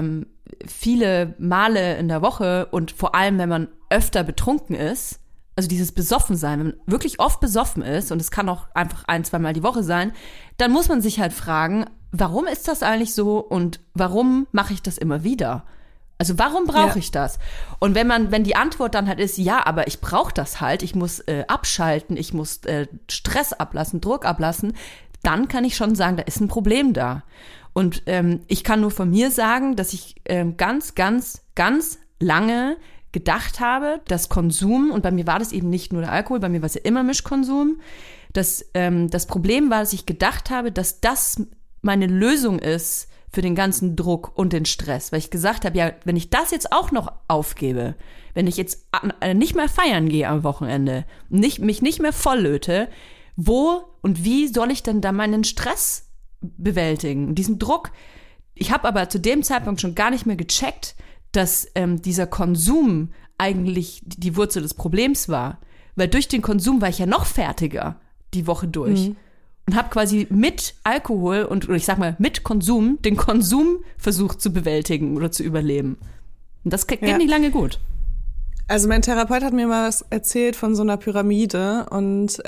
viele Male in der Woche und vor allem, wenn man öfter betrunken ist, also dieses Besoffensein, wenn man wirklich oft besoffen ist, und es kann auch einfach 1-2 Mal die Woche sein, dann muss man sich halt fragen, warum ist das eigentlich so und warum mache ich das immer wieder? Also warum brauche ich das? Und wenn die Antwort dann halt ist, ja, aber ich brauche das halt, ich muss abschalten, ich muss Stress ablassen, Druck ablassen, dann kann ich schon sagen, da ist ein Problem da. Und ich kann nur von mir sagen, dass ich ganz, ganz, ganz lange gedacht habe, dass Konsum, und bei mir war das eben nicht nur der Alkohol, bei mir war es ja immer Mischkonsum, dass das Problem war, dass ich gedacht habe, dass das meine Lösung ist für den ganzen Druck und den Stress. Weil ich gesagt habe, ja, wenn ich das jetzt auch noch aufgebe, wenn ich jetzt nicht mehr feiern gehe am Wochenende, mich nicht mehr volllöte, wo und wie soll ich denn da meinen Stress bewältigen? Diesen Druck. Ich habe aber zu dem Zeitpunkt schon gar nicht mehr gecheckt, dass dieser Konsum eigentlich die Wurzel des Problems war. Weil durch den Konsum war ich ja noch fertiger die Woche durch. Und habe quasi mit Alkohol oder ich sag mal mit Konsum den Konsum versucht zu bewältigen oder zu überleben. Und das geht nicht lange gut. Also mein Therapeut hat mir mal was erzählt von so einer Pyramide und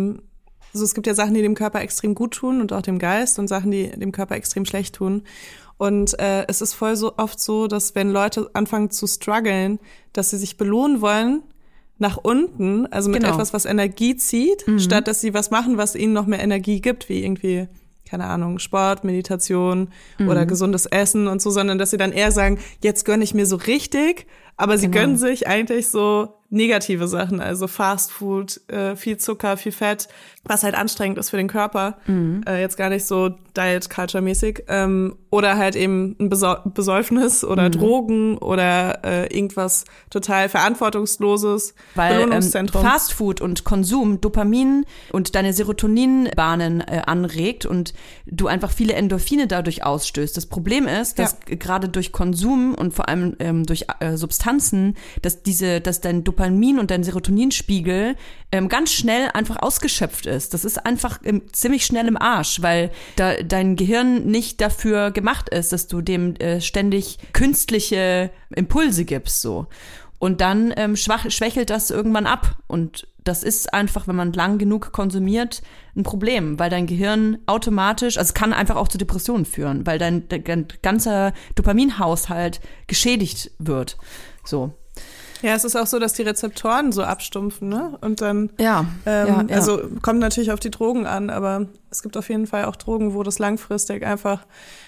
also es gibt ja Sachen, die dem Körper extrem gut tun und auch dem Geist und Sachen, die dem Körper extrem schlecht tun. Und es ist voll so oft so, dass wenn Leute anfangen zu strugglen, dass sie sich belohnen wollen nach unten, also mit etwas, was Energie zieht, statt dass sie was machen, was ihnen noch mehr Energie gibt, wie irgendwie, keine Ahnung, Sport, Meditation oder gesundes Essen und so, sondern dass sie dann eher sagen, jetzt gönne ich mir so richtig, aber sie gönnen sich eigentlich so negative Sachen, also Fast Food, viel Zucker, viel Fett, was halt anstrengend ist für den Körper, jetzt gar nicht so Diet-Culture-mäßig, oder halt eben ein Besäufnis oder Drogen oder irgendwas total Verantwortungsloses, weil Belohnungszentrum. Fast Food und Konsum Dopamin und deine Serotoninbahnen anregt und du einfach viele Endorphine dadurch ausstößt. Das Problem ist, dass gerade durch Konsum und vor allem durch Substanzen, dass dein Dopamin und dein Serotoninspiegel ganz schnell einfach ausgeschöpft ist. Das ist einfach ziemlich schnell im Arsch, weil dein Gehirn nicht dafür gemacht ist, dass du dem ständig künstliche Impulse gibst, so. Und dann schwächelt das irgendwann ab. Und das ist einfach, wenn man lang genug konsumiert, ein Problem, weil dein Gehirn automatisch, also es kann einfach auch zu Depressionen führen, weil dein ganzer Dopaminhaushalt geschädigt wird. So. Ja, es ist auch so, dass die Rezeptoren so abstumpfen, ne? Und dann, ja. Also kommt natürlich auf die Drogen an, aber es gibt auf jeden Fall auch Drogen, wo das langfristig einfach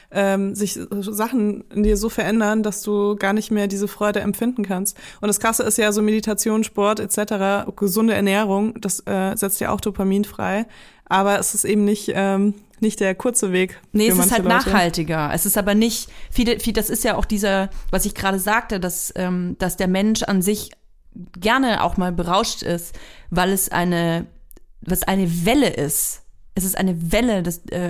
sich Sachen in dir so verändern, dass du gar nicht mehr diese Freude empfinden kannst. Und das Krasse ist ja so Meditation, Sport etc., gesunde Ernährung, das setzt ja auch Dopamin frei. Aber es ist eben nicht der kurze Weg. Nee, es ist halt Leute. Nachhaltiger. Es ist aber nicht, das ist ja auch dieser, was ich gerade sagte, dass der Mensch an sich gerne auch mal berauscht ist, weil es eine Welle ist. Es ist eine Welle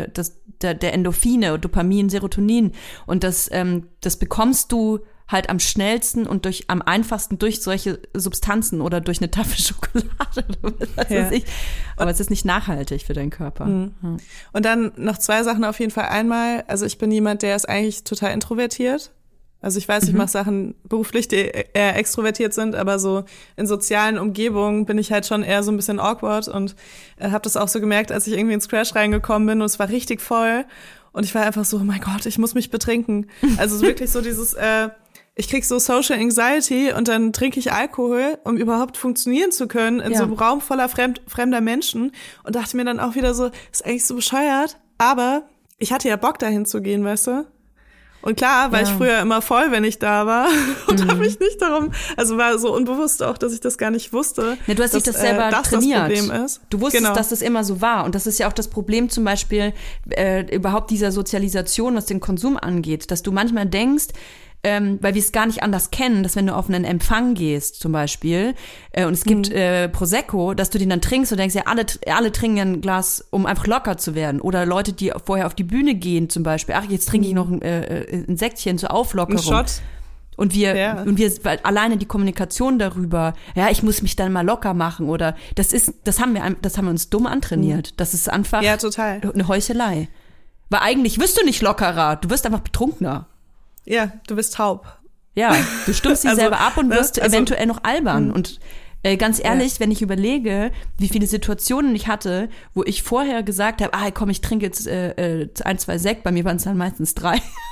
der Endorphine, Dopamin, Serotonin. Und das bekommst du halt am schnellsten und am einfachsten durch solche Substanzen oder durch eine Tafel Schokolade oder was weiß ich. Aber es ist nicht nachhaltig für deinen Körper. Ja. Und dann noch 2 Sachen auf jeden Fall. Einmal, also ich bin jemand, der ist eigentlich total introvertiert. Also ich weiß, ich mache Sachen beruflich, die eher extrovertiert sind, aber so in sozialen Umgebungen bin ich halt schon eher so ein bisschen awkward und habe das auch so gemerkt, als ich irgendwie ins Crash reingekommen bin und es war richtig voll und ich war einfach so, oh mein Gott, ich muss mich betrinken. Also wirklich so dieses, ich krieg so Social Anxiety und dann trinke ich Alkohol, um überhaupt funktionieren zu können in so einem Raum voller fremder Menschen und dachte mir dann auch wieder so, ist eigentlich so bescheuert, aber ich hatte ja Bock dahin zu gehen, weißt du? Und klar war ich früher immer voll, wenn ich da war und habe mich nicht darum, also war so unbewusst auch, dass ich das gar nicht wusste. Ja, du hast dich das selber trainiert. Das Problem ist. Du wusstest, dass das immer so war. Und das ist ja auch das Problem zum Beispiel überhaupt dieser Sozialisation, was den Konsum angeht, dass du manchmal denkst, weil wir es gar nicht anders kennen, dass wenn du auf einen Empfang gehst zum Beispiel und es gibt Prosecco, dass du den dann trinkst und denkst, ja, alle trinken ein Glas, um einfach locker zu werden. Oder Leute, die vorher auf die Bühne gehen zum Beispiel, ach, jetzt trinke ich noch ein Säckchen zur Auflockerung. Ein Shot. Und wir alleine die Kommunikation darüber, ja, ich muss mich dann mal locker machen oder das haben wir uns dumm antrainiert. Das ist einfach eine Heuchelei. Weil eigentlich wirst du nicht lockerer, du wirst einfach betrunkener. Ja, du bist taub. Ja, du stumpfst dich selber ab und wirst eventuell noch albern. Und ganz ehrlich, wenn ich überlege, wie viele Situationen ich hatte, wo ich vorher gesagt habe, komm, ich trinke jetzt 1, 2 Sekt, bei mir waren es dann meistens 3.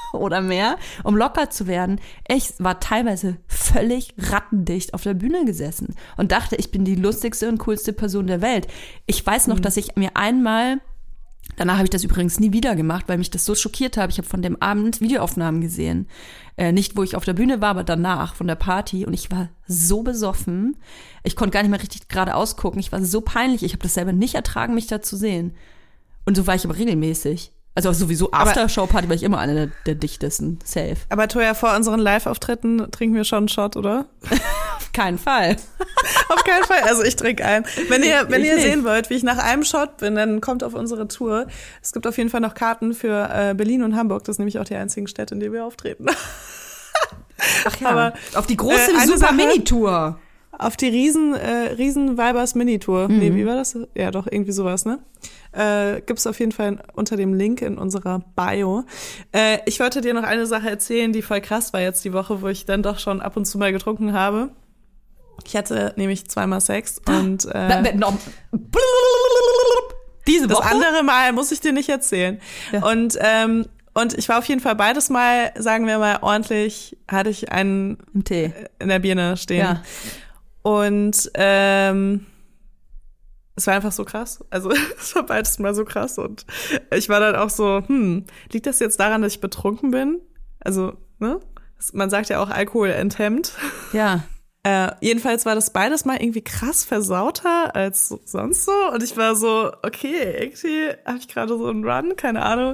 oder mehr, um locker zu werden. Ich war teilweise völlig rattendicht auf der Bühne gesessen und dachte, ich bin die lustigste und coolste Person der Welt. Ich weiß noch, dass ich mir einmal, danach habe ich das übrigens nie wieder gemacht, weil mich das so schockiert habe. Ich habe von dem Abend Videoaufnahmen gesehen. Nicht, wo ich auf der Bühne war, aber danach von der Party. Und ich war so besoffen. Ich konnte gar nicht mehr richtig gerade ausgucken. Ich war so peinlich. Ich habe das selber nicht ertragen, mich da zu sehen. Und so war ich aber regelmäßig. Also sowieso Aftershow-Party war ich immer eine der dichtesten. Safe. Aber Toja, vor unseren Live-Auftritten trinken wir schon einen Shot, oder? Auf keinen Fall. Auf keinen Fall. Also ich trinke einen. Wenn ihr sehen wollt, wie ich nach einem Shot bin, dann kommt auf unsere Tour. Es gibt auf jeden Fall noch Karten für Berlin und Hamburg. Das sind nämlich auch die einzigen Städte, in denen wir auftreten. Ach ja, aber auf die große Super-Mini-Tour. Auf die Riesen-Vibers-Mini-Tour. Nee, wie war das? Ja, doch, irgendwie sowas, ne? Gibt's auf jeden Fall unter dem Link in unserer Bio. Ich wollte dir noch eine Sache erzählen, die voll krass war jetzt die Woche, wo ich dann doch schon ab und zu mal getrunken habe. Ich hatte nämlich 2-mal Sex und diese Woche? Das andere Mal muss ich dir nicht erzählen. Ja. Und ich war auf jeden Fall beides Mal, sagen wir mal, ordentlich, hatte ich einen im Tee in der Birne stehen. Ja. Und es war einfach so krass. Also es war beides mal so krass. Und ich war dann auch so, liegt das jetzt daran, dass ich betrunken bin? Also, ne? Man sagt ja auch, Alkohol enthemmt. Ja. Jedenfalls war das beides mal irgendwie krass versauter als sonst so. Und ich war so, okay, irgendwie habe ich gerade so einen Run, keine Ahnung.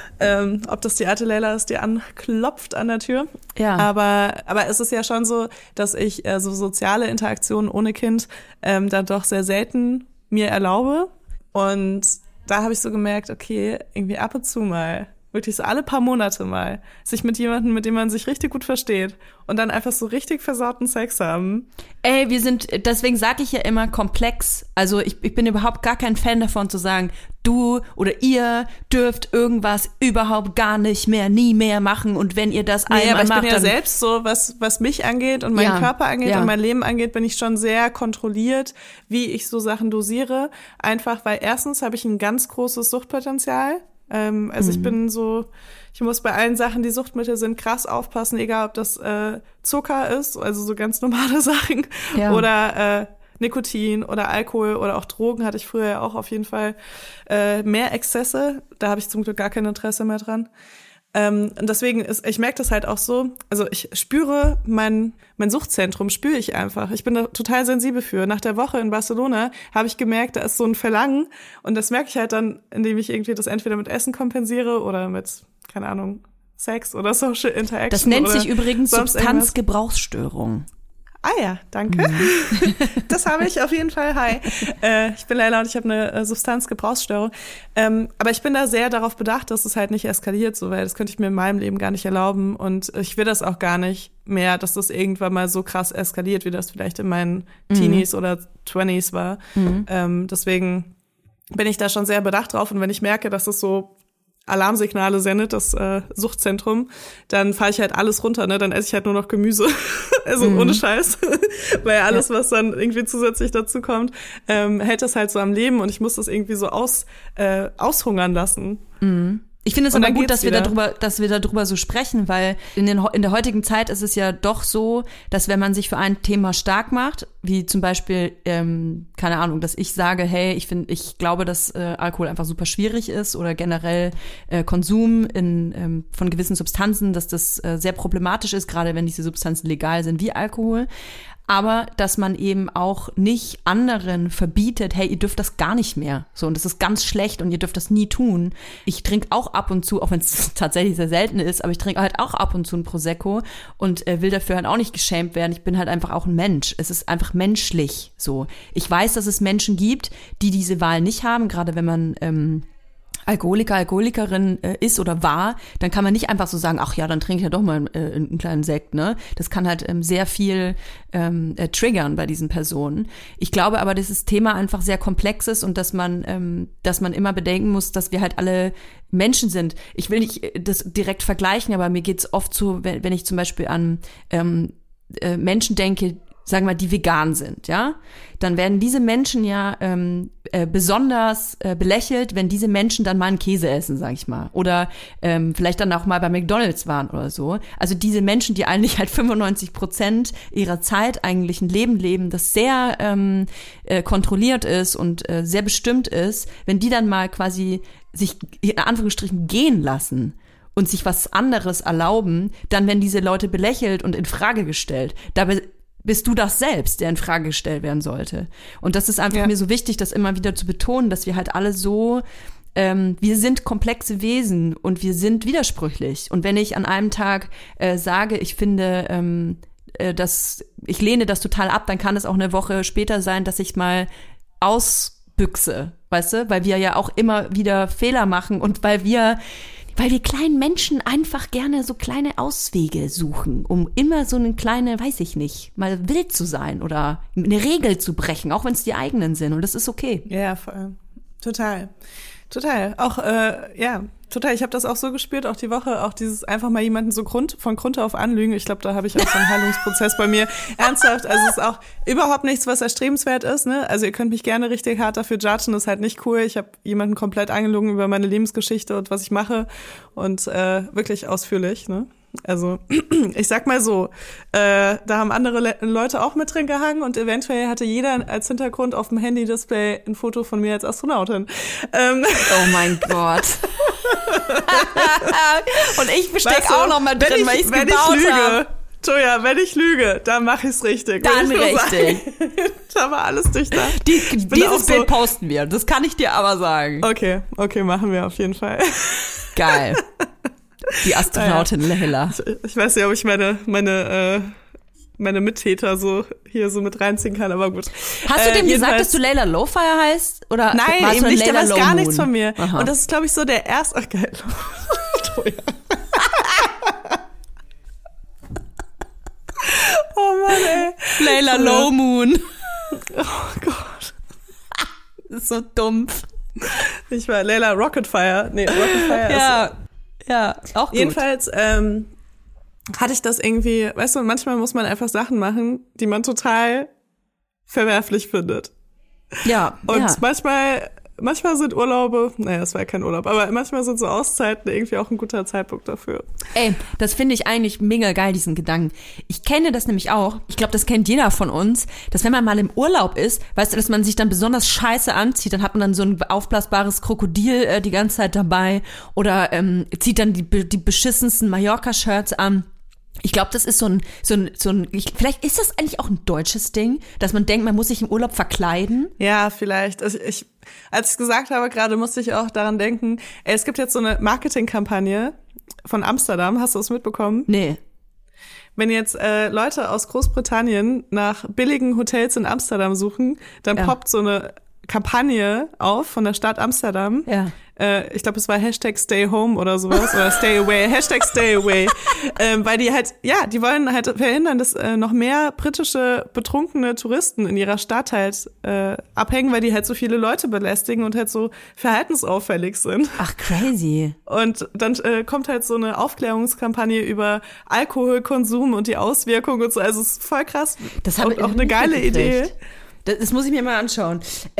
Ob das die alte Leila ist, die anklopft an der Tür. Ja. Aber es ist ja schon so, dass ich so soziale Interaktionen ohne Kind dann doch sehr selten mir erlaube. Und da habe ich so gemerkt, okay, irgendwie ab und zu mal, wirklich so alle paar Monate mal, sich mit jemandem, mit dem man sich richtig gut versteht und dann einfach so richtig versauten Sex haben. Ey, deswegen sage ich ja immer komplex. Also ich bin überhaupt gar kein Fan davon zu sagen, du oder ihr dürft irgendwas überhaupt gar nicht mehr, nie mehr machen und wenn ihr das einmal aber ich macht, bin ja selbst so, was mich angeht und meinen Körper angeht und mein Leben angeht, bin ich schon sehr kontrolliert, wie ich so Sachen dosiere. Einfach, weil erstens habe ich ein ganz großes Suchtpotenzial. Also ich bin so, ich muss bei allen Sachen, die Suchtmittel sind, krass aufpassen, egal ob das Zucker ist, also so ganz normale Sachen, oder Nikotin oder Alkohol oder auch Drogen hatte ich früher ja auch auf jeden Fall mehr Exzesse. Da habe ich zum Glück gar kein Interesse mehr dran. Und deswegen ich merke das halt auch so, also ich spüre mein Suchtzentrum, spüre ich einfach. Ich bin da total sensibel für. Nach der Woche in Barcelona habe ich gemerkt, da ist so ein Verlangen und das merke ich halt dann, indem ich irgendwie das entweder mit Essen kompensiere oder mit, keine Ahnung, Sex oder Social Interaction. Das nennt sich übrigens Substanzgebrauchsstörung. Ah ja, danke. Das habe ich auf jeden Fall. Hi. Ich bin Leila und ich habe eine Substanzgebrauchsstörung. Aber ich bin da sehr darauf bedacht, dass es halt nicht eskaliert, so, weil das könnte ich mir in meinem Leben gar nicht erlauben. Und ich will das auch gar nicht mehr, dass das irgendwann mal so krass eskaliert, wie das vielleicht in meinen Teenies oder 20s war. Deswegen bin ich da schon sehr bedacht drauf. Und wenn ich merke, dass es so Alarmsignale sendet, das Suchtzentrum, dann fahre ich halt alles runter, ne? Dann esse ich halt nur noch Gemüse. Also ohne Scheiß. Weil alles, was dann irgendwie zusätzlich dazu kommt, hält das halt so am Leben und ich muss das irgendwie so aushungern lassen. Ich finde es aber gut, dass wir darüber so sprechen, weil in der heutigen Zeit ist es ja doch so, dass wenn man sich für ein Thema stark macht, wie zum Beispiel, keine Ahnung, dass ich sage, hey, ich glaube, dass Alkohol einfach super schwierig ist oder generell Konsum von gewissen Substanzen, dass das sehr problematisch ist, gerade wenn diese Substanzen legal sind wie Alkohol. Aber dass man eben auch nicht anderen verbietet, hey, ihr dürft das gar nicht mehr. So, und das ist ganz schlecht und ihr dürft das nie tun. Ich trinke auch ab und zu, auch wenn es tatsächlich sehr selten ist, aber ich trinke halt auch ab und zu ein Prosecco und will dafür halt auch nicht geschämt werden. Ich bin halt einfach auch ein Mensch. Es ist einfach menschlich so. Ich weiß, dass es Menschen gibt, die diese Wahl nicht haben, gerade wenn man Alkoholiker, Alkoholikerin ist oder war, dann kann man nicht einfach so sagen, ach ja, dann trinke ich ja doch mal einen kleinen Sekt, ne? Das kann halt sehr viel triggern bei diesen Personen. Ich glaube aber, dass das Thema einfach sehr komplex ist und dass man immer bedenken muss, dass wir halt alle Menschen sind. Ich will nicht das direkt vergleichen, aber mir geht's oft so, wenn ich zum Beispiel an Menschen denke, sagen wir, die vegan sind, ja, dann werden diese Menschen ja besonders belächelt, wenn diese Menschen dann mal einen Käse essen, sag ich mal. Oder vielleicht dann auch mal bei McDonald's waren oder so. Also diese Menschen, die eigentlich halt 95% ihrer Zeit eigentlich ein Leben leben, das sehr kontrolliert ist und sehr bestimmt ist, wenn die dann mal quasi sich in Anführungsstrichen gehen lassen und sich was anderes erlauben, dann werden diese Leute belächelt und in Frage gestellt. Dabei bist du das selbst, der in Frage gestellt werden sollte. Und das ist einfach mir so wichtig, das immer wieder zu betonen, dass wir halt alle so, wir sind komplexe Wesen und wir sind widersprüchlich. Und wenn ich an einem Tag sage, ich finde, ich lehne das total ab, dann kann es auch eine Woche später sein, dass ich mal ausbüchse, weißt du? Weil wir ja auch immer wieder Fehler machen und weil wir kleinen Menschen einfach gerne so kleine Auswege suchen, um immer so eine kleine, weiß ich nicht, mal wild zu sein oder eine Regel zu brechen, auch wenn es die eigenen sind. Und das ist okay. Ja, voll. Total. Auch, total. Ich habe das auch so gespürt, auch die Woche, auch dieses einfach mal jemanden so von Grund auf anlügen. Ich glaube, da habe ich auch so einen Heilungsprozess bei mir. Ernsthaft, also es ist auch überhaupt nichts, was erstrebenswert ist, ne? Also ihr könnt mich gerne richtig hart dafür judgen, das ist halt nicht cool. Ich habe jemanden komplett angelogen über meine Lebensgeschichte und was ich mache und wirklich ausführlich, ne? Also ich sag mal so, da haben andere Leute auch mit drin gehangen und eventuell hatte jeder als Hintergrund auf dem Handy-Display ein Foto von mir als Astronautin. Oh mein Gott. Und ich bestecke auch noch mal drin, weil ich es gebaut habe. Toja, wenn ich lüge, dann mache ich es richtig. Dann richtig. Da war alles durchdacht. Dieses Bild posten wir, das kann ich dir aber sagen. Okay, machen wir auf jeden Fall. Geil. Die Astronautin Leila. Ich weiß nicht, ob ich meine Mittäter so hier so mit reinziehen kann, aber gut. Hast du dem gesagt, dass du Layla Lowfire heißt? Oder nein, eben nicht, der weiß gar nichts von mir. Aha. Und das ist, glaube ich, so der erste... Ach, geil. Oh Mann, ey. Layla Lowmoon. Oh Gott. Das ist so dumpf. Ich war Layla Rocketfire. Nee, Rocketfire ist... Ja, auch gut. Jedenfalls hatte ich das irgendwie, weißt du, manchmal muss man einfach Sachen machen, die man total verwerflich findet. Ja. Und manchmal sind Urlaube, naja, es war ja kein Urlaub, aber manchmal sind so Auszeiten irgendwie auch ein guter Zeitpunkt dafür. Ey, das finde ich eigentlich mega geil, diesen Gedanken. Ich kenne das nämlich auch, ich glaube, das kennt jeder von uns, dass wenn man mal im Urlaub ist, weißt du, dass man sich dann besonders scheiße anzieht, dann hat man dann so ein aufblasbares Krokodil die ganze Zeit dabei oder zieht dann die beschissensten Mallorca-Shirts an. Ich glaube, das ist vielleicht ist das eigentlich auch ein deutsches Ding, dass man denkt, man muss sich im Urlaub verkleiden. Ja, vielleicht. Also als ich es gesagt habe, gerade musste ich auch daran denken, es gibt jetzt so eine Marketingkampagne von Amsterdam. Hast du das mitbekommen? Nee. Wenn jetzt Leute aus Großbritannien nach billigen Hotels in Amsterdam suchen, dann poppt so eine Kampagne auf von der Stadt Amsterdam. Ja. Ich glaube, es war #StayHome oder sowas oder #StayAway, #StayAway, weil die halt, die wollen halt verhindern, dass noch mehr britische betrunkene Touristen in ihrer Stadt halt abhängen, weil die halt so viele Leute belästigen und halt so verhaltensauffällig sind. Ach, crazy. Und dann kommt halt so eine Aufklärungskampagne über Alkoholkonsum und die Auswirkungen und so, also es ist voll krass. Das habe ich auch eine geile Idee. Das muss ich mir mal anschauen.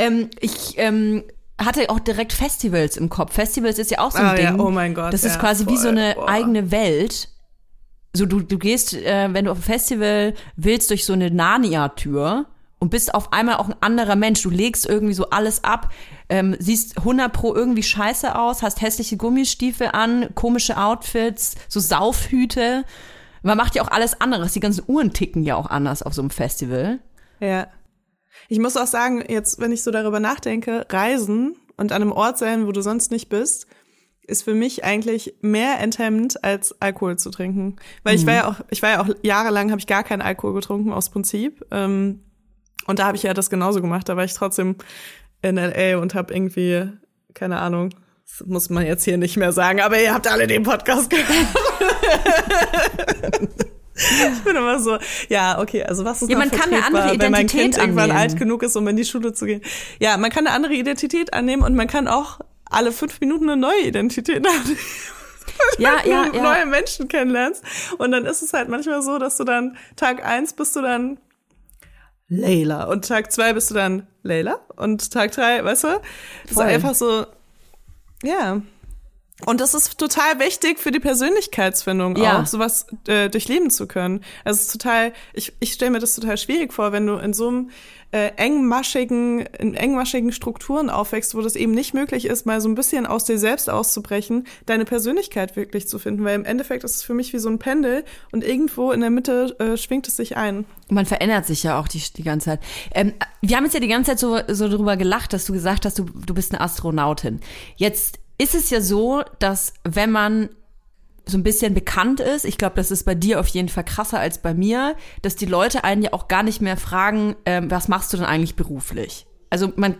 Ich hatte auch direkt Festivals im Kopf. Festivals ist ja auch so ein Ding. Ja, oh mein Gott. Das ist quasi wie so eine eigene Welt. So, du gehst, wenn du auf ein Festival willst, durch so eine Narnia-Tür und bist auf einmal auch ein anderer Mensch. Du legst irgendwie so alles ab, siehst 100% irgendwie scheiße aus, hast hässliche Gummistiefel an, komische Outfits, so Saufhüte. Man macht ja auch alles anderes. Die ganzen Uhren ticken ja auch anders auf so einem Festival. Ja. Ich muss auch sagen, jetzt, wenn ich so darüber nachdenke, Reisen und an einem Ort sein, wo du sonst nicht bist, ist für mich eigentlich mehr enthemmend, als Alkohol zu trinken. Weil ich war ja auch jahrelang, habe ich gar keinen Alkohol getrunken, aus Prinzip. Und da habe ich ja das genauso gemacht. Da war ich trotzdem in L.A. und habe irgendwie, keine Ahnung, das muss man jetzt hier nicht mehr sagen, aber ihr habt alle den Podcast gehört. Ich bin immer so, ja, okay, also was ist noch man kann eine andere Identität wenn mein Kind irgendwann annehmen. alt genug ist, um in die Schule zu gehen. Ja, man kann eine andere Identität annehmen und man kann auch alle 5 Minuten eine neue Identität annehmen. Ja. Neue Menschen kennenlernst. Und dann ist es halt manchmal so, dass du dann Tag 1 bist du dann Leila. Und Tag 2 bist du dann Leila. Und Tag 3, weißt du? Das ist einfach so, ja. Und das ist total wichtig für die Persönlichkeitsfindung auch, sowas durchleben zu können. Also es ist total, ich stelle mir das total schwierig vor, wenn du in so einem engmaschigen Strukturen aufwächst, wo das eben nicht möglich ist, mal so ein bisschen aus dir selbst auszubrechen, deine Persönlichkeit wirklich zu finden. Weil im Endeffekt ist es für mich wie so ein Pendel und irgendwo in der Mitte schwingt es sich ein. Man verändert sich ja auch die ganze Zeit. Wir haben jetzt ja die ganze Zeit so darüber gelacht, dass du gesagt hast, du bist eine Astronautin. Jetzt ist es ja so, dass wenn man so ein bisschen bekannt ist, ich glaube, das ist bei dir auf jeden Fall krasser als bei mir, dass die Leute einen ja auch gar nicht mehr fragen, was machst du denn eigentlich beruflich? Also man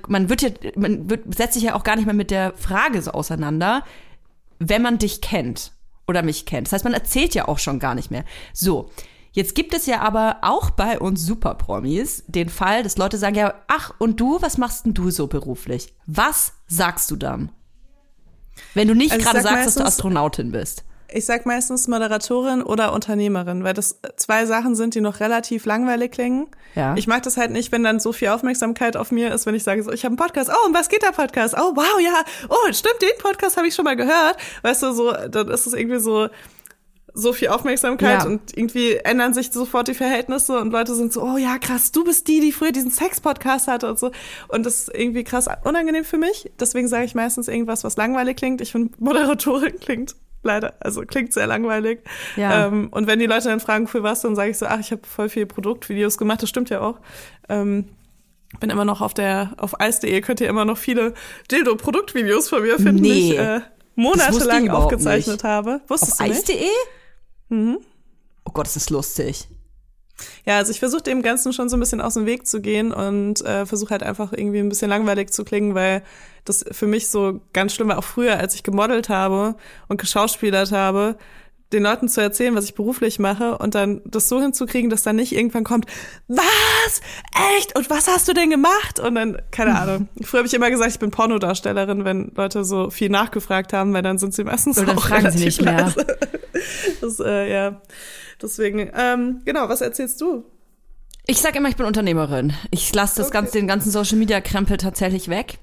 setzt sich ja auch gar nicht mehr mit der Frage so auseinander, wenn man dich kennt oder mich kennt. Das heißt, man erzählt ja auch schon gar nicht mehr. So, jetzt gibt es ja aber auch bei uns Superpromis den Fall, dass Leute sagen, ja, ach, und du, was machst denn du so beruflich? Was sagst du dann? Wenn du nicht gerade sagst, dass du Astronautin bist. Ich sag meistens Moderatorin oder Unternehmerin, weil das 2 Sachen sind, die noch relativ langweilig klingen. Ja. Ich mag das halt nicht, wenn dann so viel Aufmerksamkeit auf mir ist, wenn ich sage, so, ich habe einen Podcast. Oh, um was geht der Podcast? Oh, wow, ja. Oh, stimmt, den Podcast habe ich schon mal gehört. Weißt du, so, dann ist es irgendwie so viel Aufmerksamkeit und irgendwie ändern sich sofort die Verhältnisse und Leute sind so, oh ja, krass, du bist die früher diesen Sex-Podcast hatte und so. Und das ist irgendwie krass unangenehm für mich. Deswegen sage ich meistens irgendwas, was langweilig klingt. Ich finde, Moderatorin klingt sehr langweilig. Ja. Und wenn die Leute dann fragen, für was, dann sage ich so, ach, ich habe voll viele Produktvideos gemacht. Das stimmt ja auch. Bin immer noch auf ice.de, könnt ihr immer noch viele Dildo-Produktvideos von mir finden, die ich monatelang aufgezeichnet habe. Wusstest du nicht? Auf ice.de? Mhm. Oh Gott, das ist lustig. Ja, also ich versuche dem Ganzen schon so ein bisschen aus dem Weg zu gehen und versuche halt einfach irgendwie ein bisschen langweilig zu klingen, weil das für mich so ganz schlimm war, auch früher, als ich gemodelt habe und geschauspielert habe, den Leuten zu erzählen, was ich beruflich mache und dann das so hinzukriegen, dass dann nicht irgendwann kommt, was? Echt? Und was hast du denn gemacht? Und dann, keine Ahnung. Früher habe ich immer gesagt, ich bin Pornodarstellerin, wenn Leute so viel nachgefragt haben, weil dann sind sie meistens oder auch fragen sie nicht mehr. Das, ja, deswegen, genau, was erzählst du? Ich sag immer, ich bin Unternehmerin. Ich lasse den ganzen Social-Media-Krempel tatsächlich weg.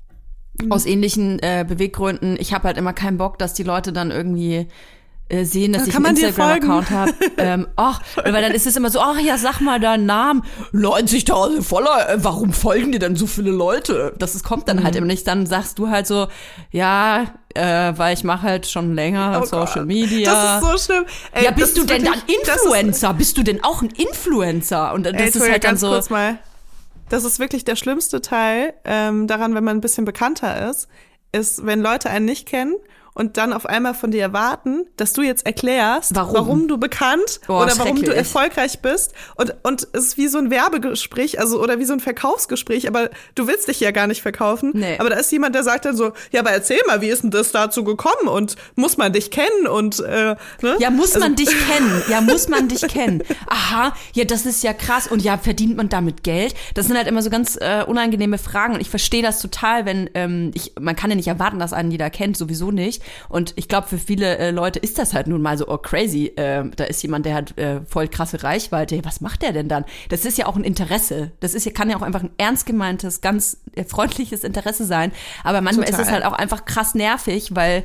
Aus ähnlichen Beweggründen. Ich habe halt immer keinen Bock, dass die Leute dann irgendwie sehen, dass ich einen Instagram-Account habe. Weil dann ist es immer so, ach ja, sag mal deinen Namen. 90.000 Follower, warum folgen dir denn so viele Leute? Kommt dann halt immer nicht. Dann sagst du halt so, ja, weil ich mache halt schon länger Social Media. Das ist so schlimm. Ey, ja, bist du denn dann Influencer? Bist du denn auch ein Influencer? Und das ist halt dann so. Kurz mal. Das ist wirklich der schlimmste Teil daran, wenn man ein bisschen bekannter ist, wenn Leute einen nicht kennen und dann auf einmal von dir erwarten, dass du jetzt erklärst, warum du bekannt oder warum du erfolgreich bist. Und es ist wie so ein Werbegespräch, also oder wie so ein Verkaufsgespräch, aber du willst dich ja gar nicht verkaufen. Nee. Aber da ist jemand, der sagt dann so, ja, aber erzähl mal, wie ist denn das dazu gekommen? Und muss man dich kennen? Und ne? Ja, muss man dich kennen. Ja, muss man dich kennen. Aha, ja, das ist ja krass. Und ja, verdient man damit Geld? Das sind halt immer so ganz unangenehme Fragen. Und ich verstehe das total, wenn man kann ja nicht erwarten, dass einen jeder kennt, sowieso nicht. Und ich glaube, für viele Leute ist das halt nun mal so, oh crazy, da ist jemand, der hat voll krasse Reichweite. Was macht der denn dann? Das ist ja auch ein Interesse. Kann ja auch einfach ein ernst gemeintes, ganz freundliches Interesse sein. Aber manchmal ist es halt auch einfach krass nervig, weil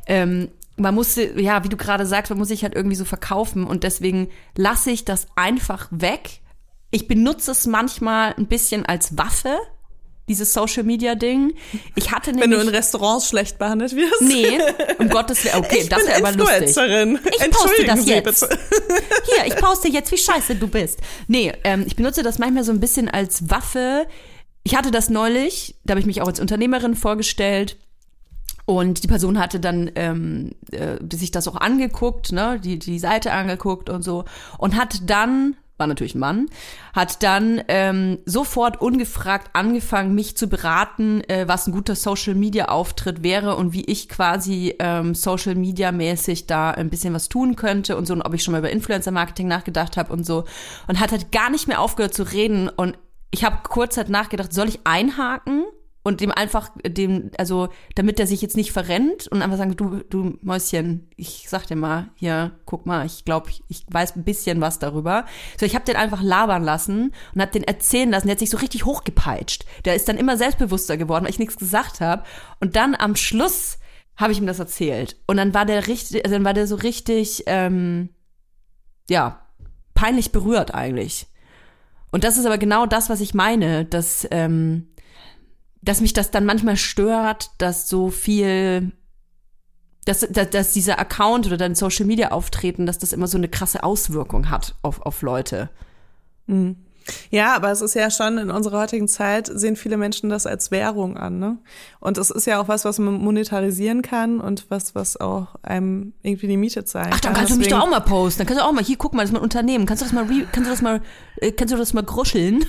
man muss, ja, wie du gerade sagst, man muss sich halt irgendwie so verkaufen. Und deswegen lasse ich das einfach weg. Ich benutze es manchmal ein bisschen als Waffe, dieses Social-Media-Ding. Ich hatte nämlich... Wenn du in Restaurants schlecht behandelt wirst? Nee, um Gottes Willen. Okay, das wäre aber lustig. Ich poste das jetzt. Hier, ich poste jetzt, wie scheiße du bist. Nee, ich benutze das manchmal so ein bisschen als Waffe. Ich hatte das neulich, da habe ich mich auch als Unternehmerin vorgestellt. Und die Person hatte dann sich das auch angeguckt, ne, die Seite angeguckt und so. Und hat dann... war natürlich ein Mann, hat dann sofort ungefragt angefangen, mich zu beraten, was ein guter Social-Media-Auftritt wäre und wie ich quasi Social-Media-mäßig da ein bisschen was tun könnte und so, und ob ich schon mal über Influencer-Marketing nachgedacht habe und so. Und hat halt gar nicht mehr aufgehört zu reden. Und ich habe kurz halt nachgedacht, soll ich einhaken und dem einfach, also damit der sich jetzt nicht verrennt und einfach sagen, du Mäuschen, ich sag dir mal, hier, guck mal, ich glaube, ich weiß ein bisschen was darüber. So, ich habe den einfach labern lassen und habe den erzählen lassen, der hat sich so richtig hochgepeitscht. Der ist dann immer selbstbewusster geworden, weil ich nichts gesagt habe. Und dann am Schluss habe ich ihm das erzählt. Und dann war der so richtig, peinlich berührt eigentlich. Und das ist aber genau das, was ich meine, dass mich das dann manchmal stört, dass so viel, dass dieser Account oder dein Social Media Auftreten, dass das immer so eine krasse Auswirkung hat auf Leute. Mhm. Ja, aber es ist ja schon, in unserer heutigen Zeit sehen viele Menschen das als Währung an, ne? Und es ist ja auch was man monetarisieren kann und was auch einem irgendwie die Miete zahlen kann. Ach, dann kannst du mich doch auch mal posten. Dann kannst du auch mal, hier, guck mal, das ist mein Unternehmen. Kannst du das mal gruscheln?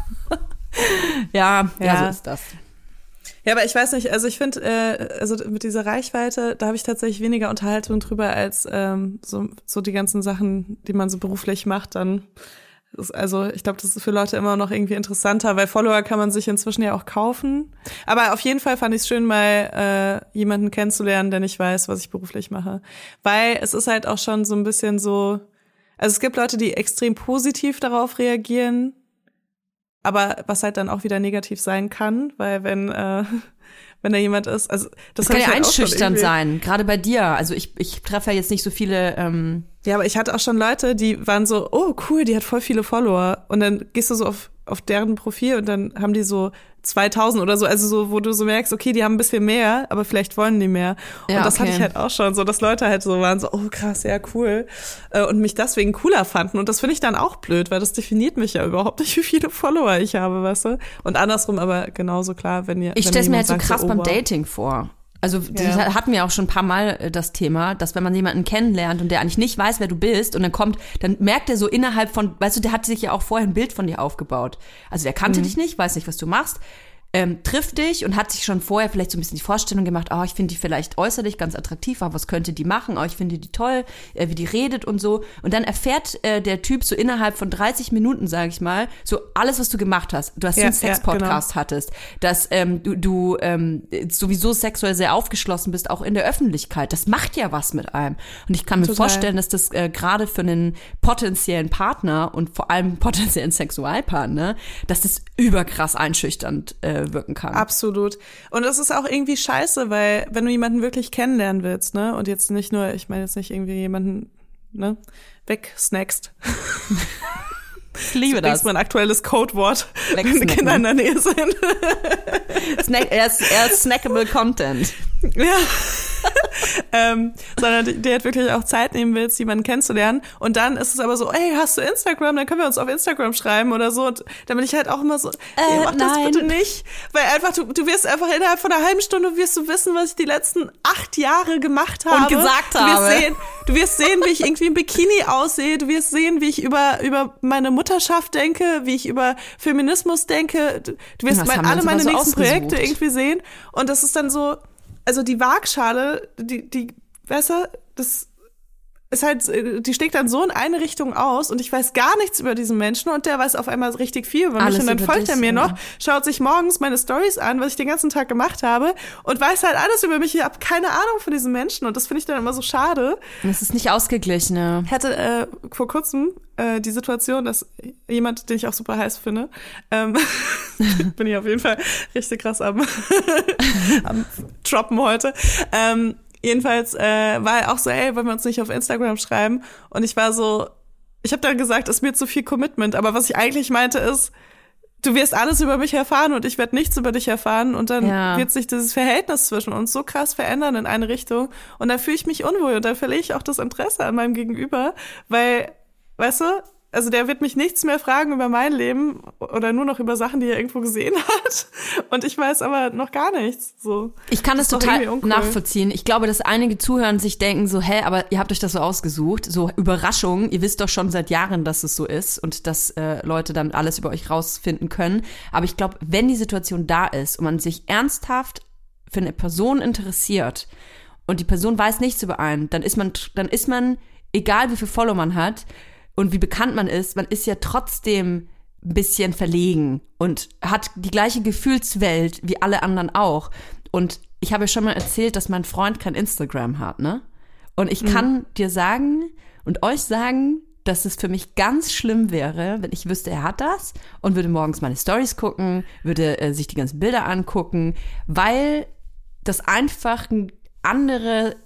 Ja, so ist das. Ja, aber ich weiß nicht, also ich finde, also mit dieser Reichweite, da habe ich tatsächlich weniger Unterhaltung drüber als so die ganzen Sachen, die man so beruflich macht, dann also ich glaube, das ist für Leute immer noch irgendwie interessanter, weil Follower kann man sich inzwischen ja auch kaufen. Aber auf jeden Fall fand ich es schön, mal jemanden kennenzulernen, der nicht weiß, was ich beruflich mache. Weil es ist halt auch schon so ein bisschen so, also es gibt Leute, die extrem positiv darauf reagieren, aber was halt dann auch wieder negativ sein kann, weil wenn da jemand ist, also das kann ja halt einschüchternd sein, gerade bei dir. Also ich treffe ja jetzt nicht so viele. Ja, aber ich hatte auch schon Leute, die waren so, oh cool, die hat voll viele Follower. Und dann gehst du so auf deren Profil und dann haben die so 2000 oder so, also so, wo du so merkst, okay, die haben ein bisschen mehr, aber vielleicht wollen die mehr. Und ja, das hatte ich halt auch schon, so, dass Leute halt so waren, so, oh krass, ja, cool. Und mich deswegen cooler fanden. Und das finde ich dann auch blöd, weil das definiert mich ja überhaupt nicht, wie viele Follower ich habe, weißt du? Und andersrum aber genauso klar, wenn ihr. Ich stelle es mir halt so krass beim Dating vor. Also das hatten wir auch schon ein paar Mal das Thema, dass wenn man jemanden kennenlernt und der eigentlich nicht weiß, wer du bist und dann merkt er so innerhalb von, weißt du, der hat sich ja auch vorher ein Bild von dir aufgebaut. Also der kannte dich nicht, weiß nicht, was du machst, trifft dich und hat sich schon vorher vielleicht so ein bisschen die Vorstellung gemacht, ich finde die vielleicht äußerlich ganz attraktiv, aber was könnte die machen? Ich finde die toll, wie die redet und so. Und dann erfährt der Typ so innerhalb von 30 Minuten, sage ich mal, so alles, was du gemacht hast. Du hast einen Sex-Podcast hattest, dass du sowieso sexuell sehr aufgeschlossen bist, auch in der Öffentlichkeit. Das macht ja was mit einem. Und ich kann mir vorstellen, dass das gerade für einen potenziellen Partner und vor allem potenziellen Sexualpartner, dass das überkrass einschüchternd wirken kann. Absolut. Und das ist auch irgendwie scheiße, weil wenn du jemanden wirklich kennenlernen willst, ne, und jetzt nicht nur, ich meine jetzt nicht irgendwie jemanden, ne, wegsnackst. Ich liebe das. Das ist mein aktuelles Codewort, wenn die Kinder in der Nähe sind. Er ist snackable Content. Ja. Sondern der hat wirklich auch Zeit nehmen willst, jemanden kennenzulernen. Und dann ist es aber so, hey, hast du Instagram? Dann können wir uns auf Instagram schreiben oder so. Und dann bin ich halt auch immer so, mach das bitte nicht. Weil einfach, du wirst einfach innerhalb von einer halben Stunde wirst du wissen, was ich die letzten 8 Jahre gemacht habe. Und gesagt habe. Du wirst sehen, wie ich irgendwie im Bikini aussehe. Du wirst sehen, wie ich über meine Mutterschaft denke, wie ich über Feminismus denke. Du wirst alle meine nächsten Projekte irgendwie sehen. Und das ist dann so, also die Waagschale, die, weißt du, das ist halt, die schlägt dann so in eine Richtung aus und ich weiß gar nichts über diesen Menschen und der weiß auf einmal richtig viel über mich und dann folgt er mir noch, schaut sich morgens meine Stories an, was ich den ganzen Tag gemacht habe und weiß halt alles über mich. Ich habe keine Ahnung von diesen Menschen und das finde ich dann immer so schade. Das ist nicht ausgeglichen, ne? Ich hatte vor kurzem die Situation, dass jemand, den ich auch super heiß finde, bin ich auf jeden Fall richtig krass am Droppen heute, jedenfalls war er auch so, ey, wollen wir uns nicht auf Instagram schreiben? Und ich war so, ich habe dann gesagt, ist mir zu viel Commitment. Aber was ich eigentlich meinte ist, du wirst alles über mich erfahren und ich werde nichts über dich erfahren. Und dann wird sich dieses Verhältnis zwischen uns so krass verändern in eine Richtung. Und dann fühle ich mich unwohl und dann verliere ich auch das Interesse an meinem Gegenüber. Weil, weißt du, also der wird mich nichts mehr fragen über mein Leben oder nur noch über Sachen, die er irgendwo gesehen hat. Und ich weiß aber noch gar nichts. So. Ich kann das total nachvollziehen. Ich glaube, dass einige zuhören und sich denken so, aber ihr habt euch das so ausgesucht. So Überraschung, ihr wisst doch schon seit Jahren, dass es so ist und dass Leute dann alles über euch rausfinden können. Aber ich glaube, wenn die Situation da ist und man sich ernsthaft für eine Person interessiert und die Person weiß nichts über einen, dann ist man, egal wie viel Follower man hat, und wie bekannt man ist ja trotzdem ein bisschen verlegen und hat die gleiche Gefühlswelt wie alle anderen auch. Und ich habe ja schon mal erzählt, dass mein Freund kein Instagram hat, ne? Und ich kann dir sagen und euch sagen, dass es für mich ganz schlimm wäre, wenn ich wüsste, er hat das und würde morgens meine Stories gucken, würde sich die ganzen Bilder angucken, weil das einfach eine andere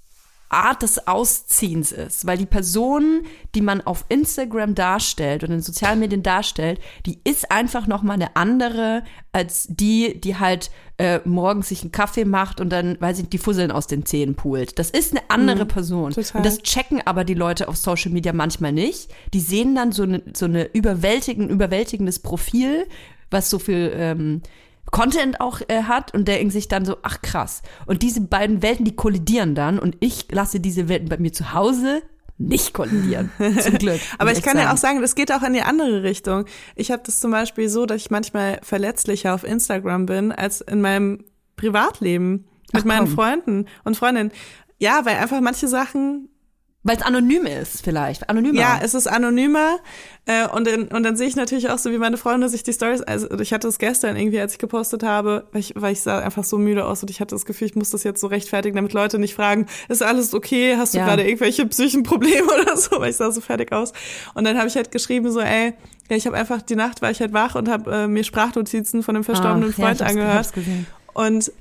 Art des Ausziehens ist. Weil die Person, die man auf Instagram darstellt oder in den sozialen Medien darstellt, die ist einfach nochmal eine andere als die halt morgens sich einen Kaffee macht und dann, weiß ich, die Fusseln aus den Zähnen pult. Das ist eine andere Person. Total. Und das checken aber die Leute auf Social Media manchmal nicht. Die sehen dann so eine überwältigendes Profil, was so viel Content auch hat und denken sich dann so, ach krass. Und diese beiden Welten, die kollidieren dann und ich lasse diese Welten bei mir zu Hause nicht kollidieren, zum Glück. Aber ich kann ja auch sagen, das geht auch in die andere Richtung. Ich habe das zum Beispiel so, dass ich manchmal verletzlicher auf Instagram bin als in meinem Privatleben mit meinen Freunden und Freundinnen. Ja, weil einfach manche Sachen... Weil es anonym ist vielleicht, anonymer. Ja, es ist anonymer und dann sehe ich natürlich auch so, wie meine Freunde sich die Stories, also ich hatte es gestern irgendwie, als ich gepostet habe, weil ich sah einfach so müde aus und ich hatte das Gefühl, ich muss das jetzt so rechtfertigen, damit Leute nicht fragen, ist alles okay, hast du gerade irgendwelche psychischen Probleme oder so, weil ich sah so fertig aus. Und dann habe ich halt geschrieben so, ey, ja, ich habe einfach die Nacht, war ich halt wach und habe mir Sprachnotizen von einem verstorbenen Freund angehört. Und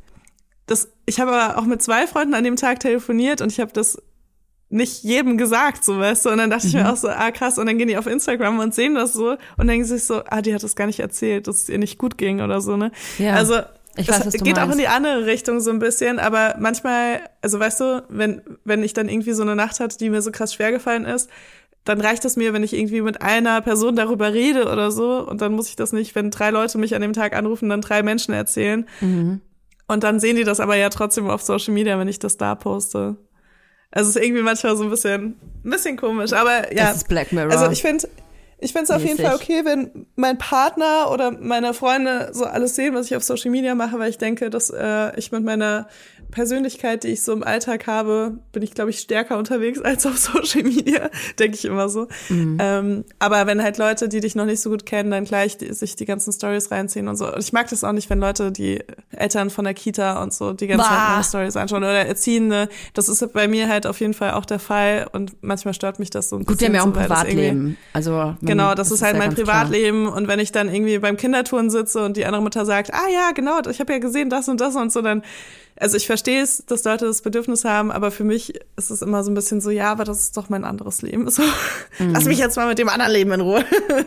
ich habe aber auch mit 2 Freunden an dem Tag telefoniert und ich habe das nicht jedem gesagt, so, weißt du, und dann dachte ich mir auch so, krass, und dann gehen die auf Instagram und sehen das so und denken sich so, die hat das gar nicht erzählt, dass es ihr nicht gut ging oder so, ne? Ja, also, ich weiß, was du geht meinst. auch in die andere Richtung so ein bisschen, aber manchmal, also weißt du, wenn ich dann irgendwie so eine Nacht hatte, die mir so krass schwer gefallen ist, dann reicht es mir, wenn ich irgendwie mit einer Person darüber rede oder so und dann muss ich das nicht, wenn 3 Leute mich an dem Tag anrufen, dann 3 Menschen erzählen. Und dann sehen die das aber ja trotzdem auf Social Media, wenn ich das da poste. Also es ist irgendwie manchmal so ein bisschen komisch, aber ja. Das ist Black Mirror. Also ich finde es auf jeden Fall okay, wenn mein Partner oder meine Freunde so alles sehen, was ich auf Social Media mache, weil ich denke, dass ich mit meiner Persönlichkeit, die ich so im Alltag habe, bin ich, glaube ich, stärker unterwegs als auf Social Media, denke ich immer so. Aber wenn halt Leute, die dich noch nicht so gut kennen, dann gleich sich die ganzen Stories reinziehen und so. Und ich mag das auch nicht, wenn Leute, die Eltern von der Kita und so, die ganze Zeit meine Stories anschauen oder Erziehende. Das ist bei mir halt auf jeden Fall auch der Fall und manchmal stört mich das so ein bisschen. Gut, wir haben ja auch ein so, Privatleben. Also genau, das ist halt mein Privatleben klar. Und wenn ich dann irgendwie beim Kinderturnen sitze und die andere Mutter sagt, ja, genau, ich habe ja gesehen das und so, dann also ich verstehe es, dass Leute das Bedürfnis haben, aber für mich ist es immer so ein bisschen so, ja, aber das ist doch mein anderes Leben. So, lass mich jetzt mal mit dem anderen Leben in Ruhe.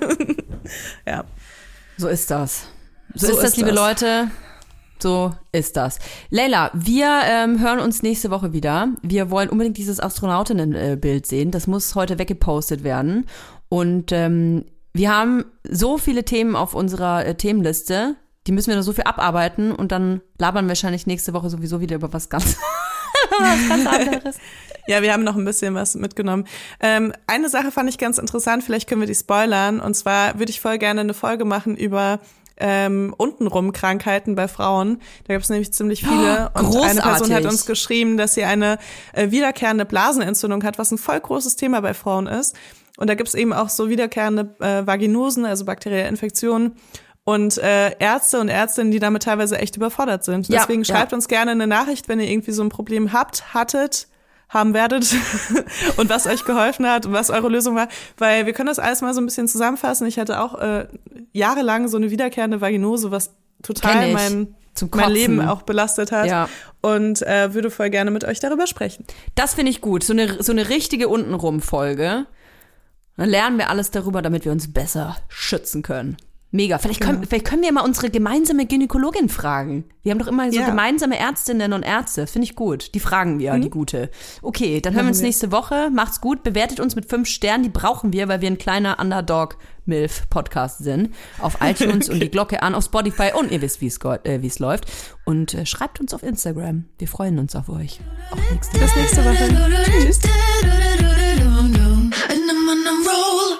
Ja. So ist das. So ist das, liebe Leute. So ist das. Leila, wir hören uns nächste Woche wieder. Wir wollen unbedingt dieses Astronautinnenbild sehen. Das muss heute weggepostet werden. Und wir haben so viele Themen auf unserer Themenliste. Die müssen wir noch so viel abarbeiten und dann labern wir wahrscheinlich nächste Woche sowieso wieder über was ganz anderes. Ja, wir haben noch ein bisschen was mitgenommen. Eine Sache fand ich ganz interessant, vielleicht können wir die spoilern. Und zwar würde ich voll gerne eine Folge machen über untenrum Krankheiten bei Frauen. Da gibt es nämlich ziemlich viele. Und großartig. Eine Person hat uns geschrieben, dass sie eine wiederkehrende Blasenentzündung hat, was ein voll großes Thema bei Frauen ist. Und da gibt es eben auch so wiederkehrende Vaginosen, also bakterielle Infektionen. Und Ärzte und Ärztinnen, die damit teilweise echt überfordert sind. Deswegen schreibt uns gerne eine Nachricht, wenn ihr irgendwie so ein Problem haben werdet und was euch geholfen hat und was eure Lösung war. Weil wir können das alles mal so ein bisschen zusammenfassen. Ich hatte auch jahrelang so eine wiederkehrende Vaginose, was total mein Leben auch belastet hat. Ja. Und würde voll gerne mit euch darüber sprechen. Das finde ich gut. So eine richtige Untenrum-Folge. Dann lernen wir alles darüber, damit wir uns besser schützen können. Mega. Vielleicht können wir mal unsere gemeinsame Gynäkologin fragen. Wir haben doch immer so gemeinsame Ärztinnen und Ärzte. Finde ich gut. Die fragen wir, die gute. Okay, dann hören wir uns nächste Woche. Macht's gut. Bewertet uns mit 5 Sternen. Die brauchen wir, weil wir ein kleiner Underdog-MILF-Podcast sind. Auf iTunes und die Glocke an auf Spotify. Und ihr wisst, wie es läuft. Und schreibt uns auf Instagram. Wir freuen uns auf euch. Bis nächste Woche. Tschüss.